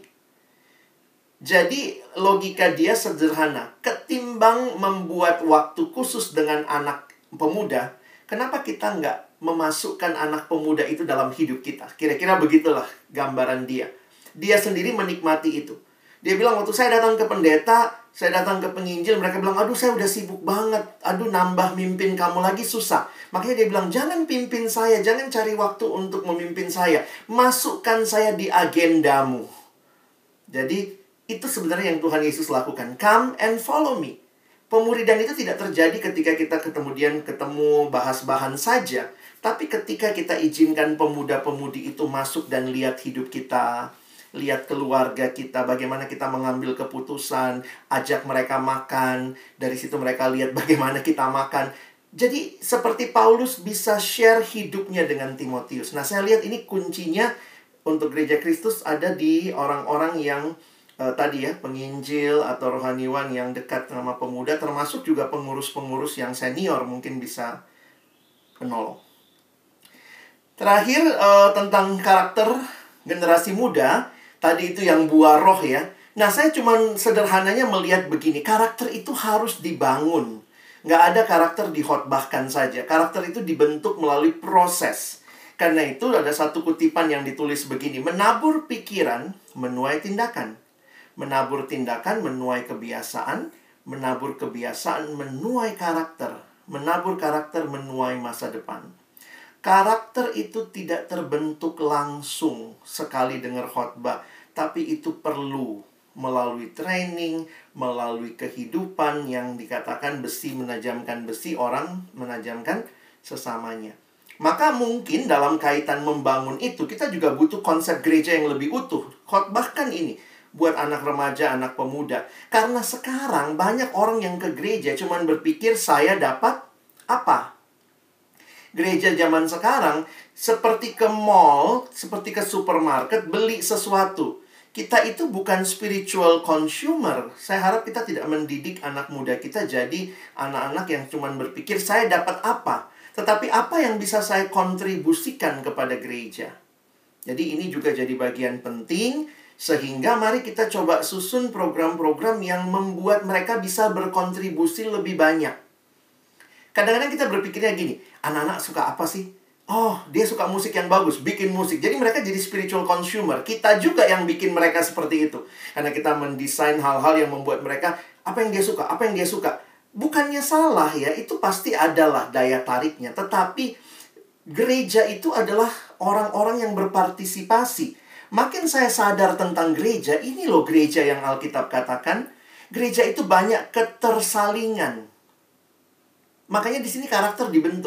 Jadi logika dia sederhana. Ketimbang membuat waktu khusus dengan anak pemuda, kenapa kita nggak memasukkan anak pemuda itu dalam hidup kita? Kira-kira begitulah gambaran dia. Dia sendiri menikmati itu. Dia bilang, waktu saya datang ke pendeta, saya datang ke penginjil, mereka bilang, aduh saya udah sibuk banget. Aduh nambah mimpin kamu lagi susah. Makanya dia bilang, jangan pimpin saya, jangan cari waktu untuk memimpin saya. Masukkan saya di agendamu. Jadi itu sebenarnya yang Tuhan Yesus lakukan. Come and follow me. Pemuridan itu tidak terjadi ketika kita kemudian ketemu bahas bahan saja. Tapi ketika kita izinkan pemuda-pemudi itu masuk dan lihat hidup kita, lihat keluarga kita, bagaimana kita mengambil keputusan, ajak mereka makan, dari situ mereka lihat bagaimana kita makan. Jadi seperti Paulus bisa share hidupnya dengan Timotius. Nah, saya lihat ini kuncinya untuk Gereja Kristus ada di orang-orang yang uh, tadi ya, penginjil atau rohaniwan yang dekat sama pemuda, termasuk juga pengurus-pengurus yang senior mungkin bisa menolong. Terakhir uh, tentang karakter generasi muda. Tadi itu yang buah roh ya. Nah, saya cuma sederhananya melihat begini. Karakter itu harus dibangun. Nggak ada karakter dihotbahkan saja. Karakter itu dibentuk melalui proses. Karena itu ada satu kutipan yang ditulis begini. Menabur pikiran, menuai tindakan. Menabur tindakan, menuai kebiasaan. Menabur kebiasaan, menuai karakter. Menabur karakter, menuai masa depan. Karakter itu tidak terbentuk langsung sekali dengar khotbah, tapi itu perlu melalui training, melalui kehidupan yang dikatakan besi menajamkan besi, orang menajamkan sesamanya. Maka mungkin dalam kaitan membangun itu, kita juga butuh konsep gereja yang lebih utuh. Khotbahkan ini buat anak remaja, anak pemuda. Karena sekarang banyak orang yang ke gereja cuman berpikir saya dapat apa? Gereja zaman sekarang seperti ke mall, seperti ke supermarket, beli sesuatu. Kita itu bukan spiritual consumer. Saya harap kita tidak mendidik anak muda kita jadi anak-anak yang cuma berpikir saya dapat apa. Tetapi apa yang bisa saya kontribusikan kepada gereja. Jadi ini juga jadi bagian penting. Sehingga mari kita coba susun program-program yang membuat mereka bisa berkontribusi lebih banyak. Kadang-kadang kita berpikirnya gini, anak-anak suka apa sih? Oh, dia suka musik yang bagus, bikin musik. Jadi mereka jadi spiritual consumer. Kita juga yang bikin mereka seperti itu. Karena kita mendesain hal-hal yang membuat mereka, apa yang dia suka, apa yang dia suka. Bukannya salah ya, itu pasti adalah daya tariknya. Tetapi gereja itu adalah orang-orang yang berpartisipasi. Makin saya sadar tentang gereja, ini loh gereja yang Alkitab katakan. Gereja itu banyak ketersalingan. Makanya di sini karakter dibentuk.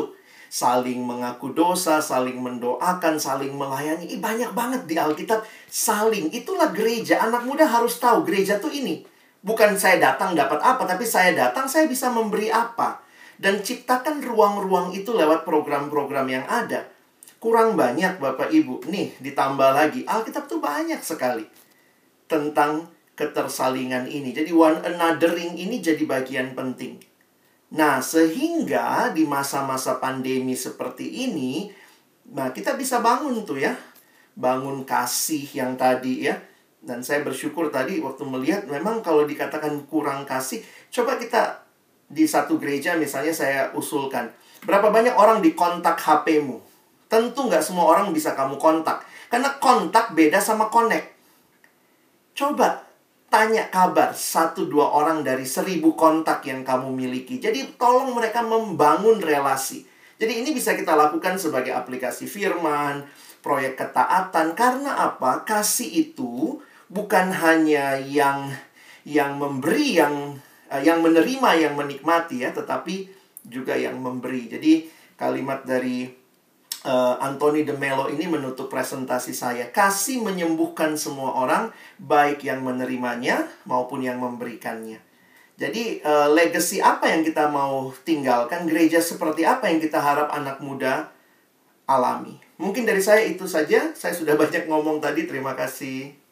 saling mengaku dosa, saling mendoakan, saling melayani. Ih, banyak banget di Alkitab saling. Itulah gereja. Anak muda harus tahu gereja tuh ini. Bukan saya datang dapat apa, tapi saya datang saya bisa memberi apa. Dan ciptakan ruang-ruang itu lewat program-program yang ada. Kurang banyak Bapak Ibu. Nih, ditambah lagi. Alkitab tuh banyak sekali tentang ketersalingan ini. Jadi one anothering ini jadi bagian penting. Nah, sehingga di masa-masa pandemi seperti ini, nah kita bisa bangun tuh ya. Bangun kasih yang tadi ya. Dan saya bersyukur tadi waktu melihat memang kalau dikatakan kurang kasih, coba kita di satu gereja misalnya saya usulkan, berapa banyak orang dikontak H P-mu? Tentu nggak semua orang bisa kamu kontak. Karena kontak beda sama connect. Coba tanya kabar satu dua orang dari seribu kontak yang kamu miliki. Jadi tolong mereka membangun relasi. Jadi ini bisa kita lakukan sebagai aplikasi firman, proyek ketaatan. Karena apa? Kasih itu bukan hanya yang yang memberi, yang yang menerima, yang menikmati ya, tetapi juga yang memberi. Jadi kalimat dari Uh, Anthony de Mello ini menutup presentasi saya. Kasih menyembuhkan semua orang, baik yang menerimanya maupun yang memberikannya. Jadi uh, legacy apa yang kita mau tinggalkan? Gereja seperti apa yang kita harap anak muda alami? Mungkin dari saya itu saja. Saya sudah banyak ngomong tadi. Terima kasih.